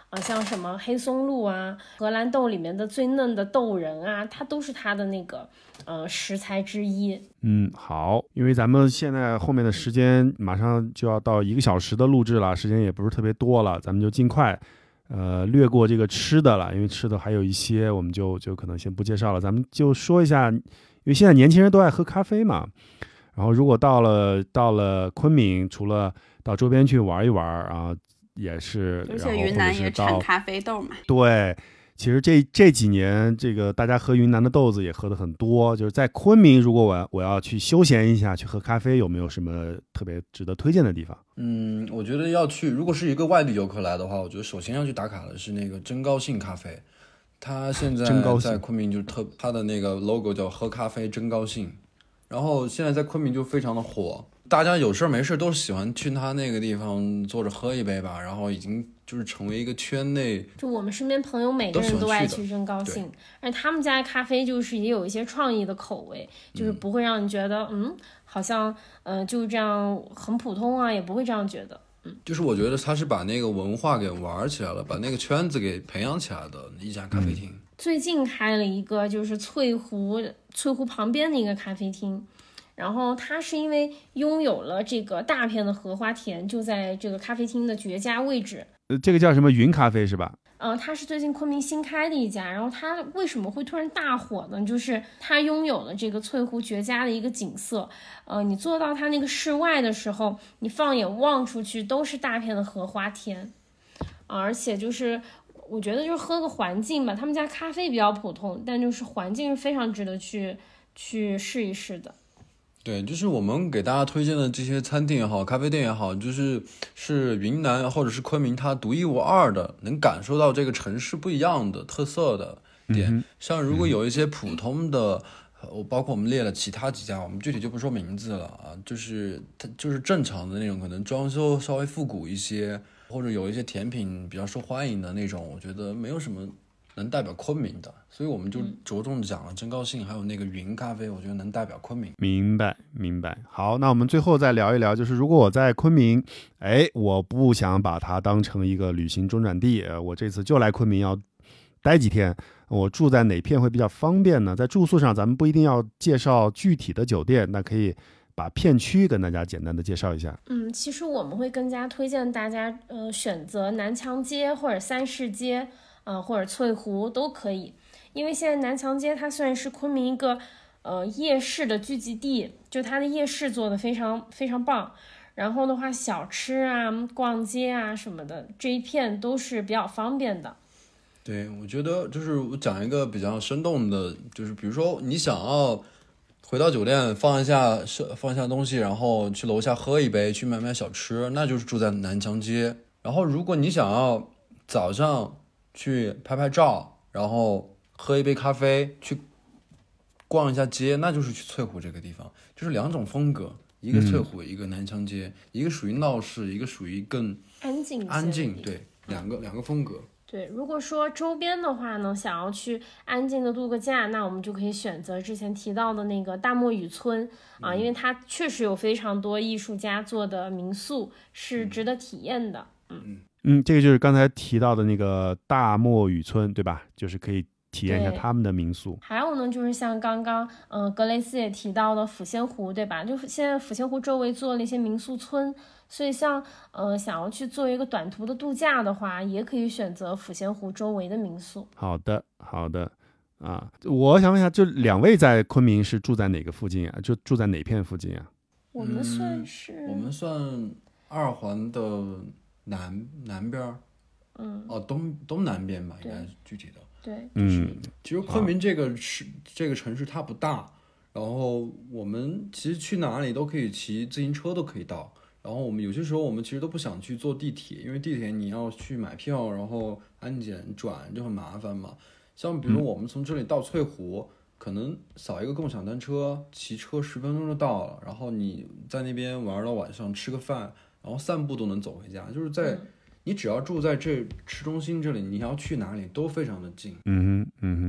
S4: 像什么黑松露啊、荷兰豆里面的最嫩的豆仁啊，它都是它的那个食材之一。
S1: 好，因为咱们现在后面的时间马上就要到1个小时的录制了，时间也不是特别多了，咱们就尽快略过这个吃的了，因为吃的还有一些我们就可能先不介绍了，咱们就说一下，因为现在年轻人都爱喝咖啡嘛，然后如果到了昆明，除了到周边去玩一玩啊，也是，
S2: 而且云南也产咖啡豆嘛。
S1: 对，其实这几年这个大家喝云南的豆子也喝的很多，就是在昆明，如果我要去休闲一下，去喝咖啡，有没有什么特别值得推荐的地方？
S3: 我觉得要去，如果是一个外地游客来的话，我觉得首先要去打卡的是那个真高兴咖啡，它现在在昆明就是它的那个 logo 叫喝咖啡真高兴，然后现在在昆明就非常的火，大家有事没事都喜欢去他那个地方坐着喝一杯吧，然后已经就是成为一个圈内，
S4: 就我们身边朋友每个人都爱去真高兴，而他们家咖啡就是也有一些创意的口味，就是不会让你觉得好像就这样很普通啊，也不会这样觉得。
S3: 就是我觉得他是把那个文化给玩起来了，把那个圈子给培养起来的一家咖啡厅。
S4: 最近开了一个就是翠湖旁边的一个咖啡厅，然后它是因为拥有了这个大片的荷花田，就在这个咖啡厅的绝佳位置。
S1: 这个叫什么云咖啡是吧？
S4: 它是最近昆明新开的一家，然后它为什么会突然大火呢？就是它拥有了这个翠湖绝佳的一个景色，你坐到它那个室外的时候，你放眼望出去都是大片的荷花田，而且就是我觉得就是喝个环境吧，他们家咖啡比较普通，但就是环境是非常值得去试一试的。
S3: 对，就是我们给大家推荐的这些餐厅也好，咖啡店也好，是云南或者是昆明它独一无二的，能感受到这个城市不一样的特色的点。像如果有一些普通的，包括我们列了其他几家，我们具体就不说名字了啊，就是它就是正常的那种，可能装修稍微复古一些，或者有一些甜品比较受欢迎的那种，我觉得没有什么能代表昆明的，所以我们就着重讲了真高兴，还有那个云咖啡，我觉得能代表昆明。
S1: 明白。好，那我们最后再聊一聊，就是如果我在昆明，我不想把它当成一个旅行中转地，我这次就来昆明要待几天，我住在哪片会比较方便呢？在住宿上，咱们不一定要介绍具体的酒店，那可以把片区跟大家简单的介绍一下。
S4: 其实我们会更加推荐大家选择南墙街或者三市街。或者翠湖都可以，因为现在南墙街它算是昆明一个夜市的聚集地，就它的夜市做的非常非常棒，然后的话小吃啊、逛街啊什么的这一片都是比较方便的。
S3: 对，我觉得就是我讲一个比较生动的，就是比如说你想要回到酒店放一下东西，然后去楼下喝一杯，去买买小吃，那就是住在南墙街。然后如果你想要早上去拍拍照，然后喝一杯咖啡，去逛一下街，那就是去翠湖这个地方，就是两种风格，一个翠湖，一个南墙街，一个属于闹市，一个属于更安静，对，两个风格。
S4: 对，如果说周边的话呢，想要去安静的度个假，那我们就可以选择之前提到的那个大漠雨村啊，因为它确实有非常多艺术家做的民宿，是值得体验的。
S1: 这个就是刚才提到的那个大漠雨村，对吧？就是可以体验一下他们的民宿。
S4: 还有呢，就是像刚刚格雷斯也提到的抚仙湖，对吧？就现在抚仙湖周围做了一些民宿村，所以像想要去做一个短途的度假的话，也可以选择抚仙湖周围的民宿。
S1: 好的啊，我想问一下，就两位在昆明是住在哪个附近啊？就住在哪片附近啊？
S4: 我们
S3: 算二环的南边，东南边吧，应该是具体的。
S4: 对，
S3: 其实昆明这个城市它不大，然后我们其实去哪里都可以骑自行车都可以到，然后我们有些时候我们其实都不想去坐地铁，因为地铁你要去买票，然后安检转就很麻烦嘛。像比如我们从这里到翠湖，可能扫一个共享单车，骑车10分钟就到了，然后你在那边玩到晚上，吃个饭，然后散步都能走回家，就是你只要住在这市中心这里，你要去哪里都非常的近。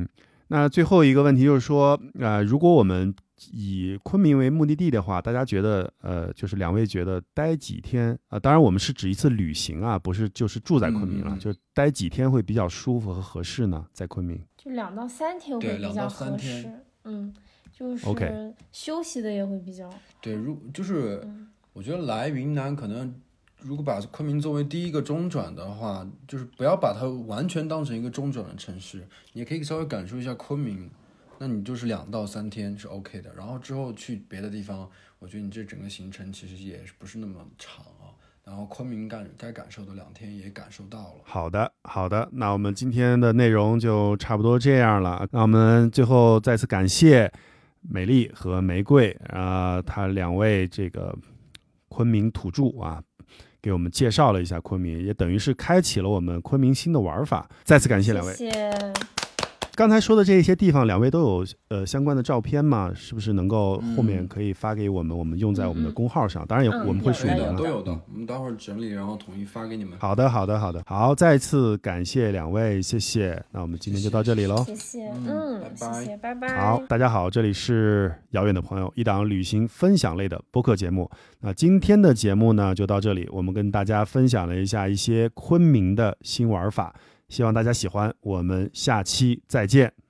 S1: 那最后一个问题就是说，如果我们以昆明为目的地的话，大家觉得就是两位觉得待几天当然我们是指一次旅行啊，不是就是住在昆明了，就是待几天会比较舒服和合适呢？在昆明
S4: 就2到3天会比较合适。就是休息的也会比较
S3: 对，就是我觉得来云南可能。如果把昆明作为第一个中转的话，就是不要把它完全当成一个中转的城市，你也可以稍微感受一下昆明，那你就是2到3天是 OK 的。然后之后去别的地方，我觉得你这整个行程其实也不是那么长啊。然后昆明该感受的2天也感受到了。好
S1: 的，那我们今天的内容就差不多这样了。那我们最后再次感谢美丽和玫瑰他两位这个昆明土著给我们介绍了一下昆明，也等于是开启了我们昆明新的玩法。再次感谢两位。
S4: 谢谢。
S1: 刚才说的这些地方，两位都有相关的照片吗？是不是能够后面可以发给我们，我们用在我们的公号上？当然我们会署名
S3: 都有的，我们待会儿整理，然后统一发给你们。
S1: 好的，好，再次感谢两位，谢谢。那我们今天就到这里喽。
S4: 谢谢，
S3: 拜拜，
S4: 拜拜。
S1: 好，大家好，这里是遥远的朋友，一档旅行分享类的播客节目。那今天的节目呢就到这里，我们跟大家分享了一些昆明的新玩法。希望大家喜欢，我们下期再见。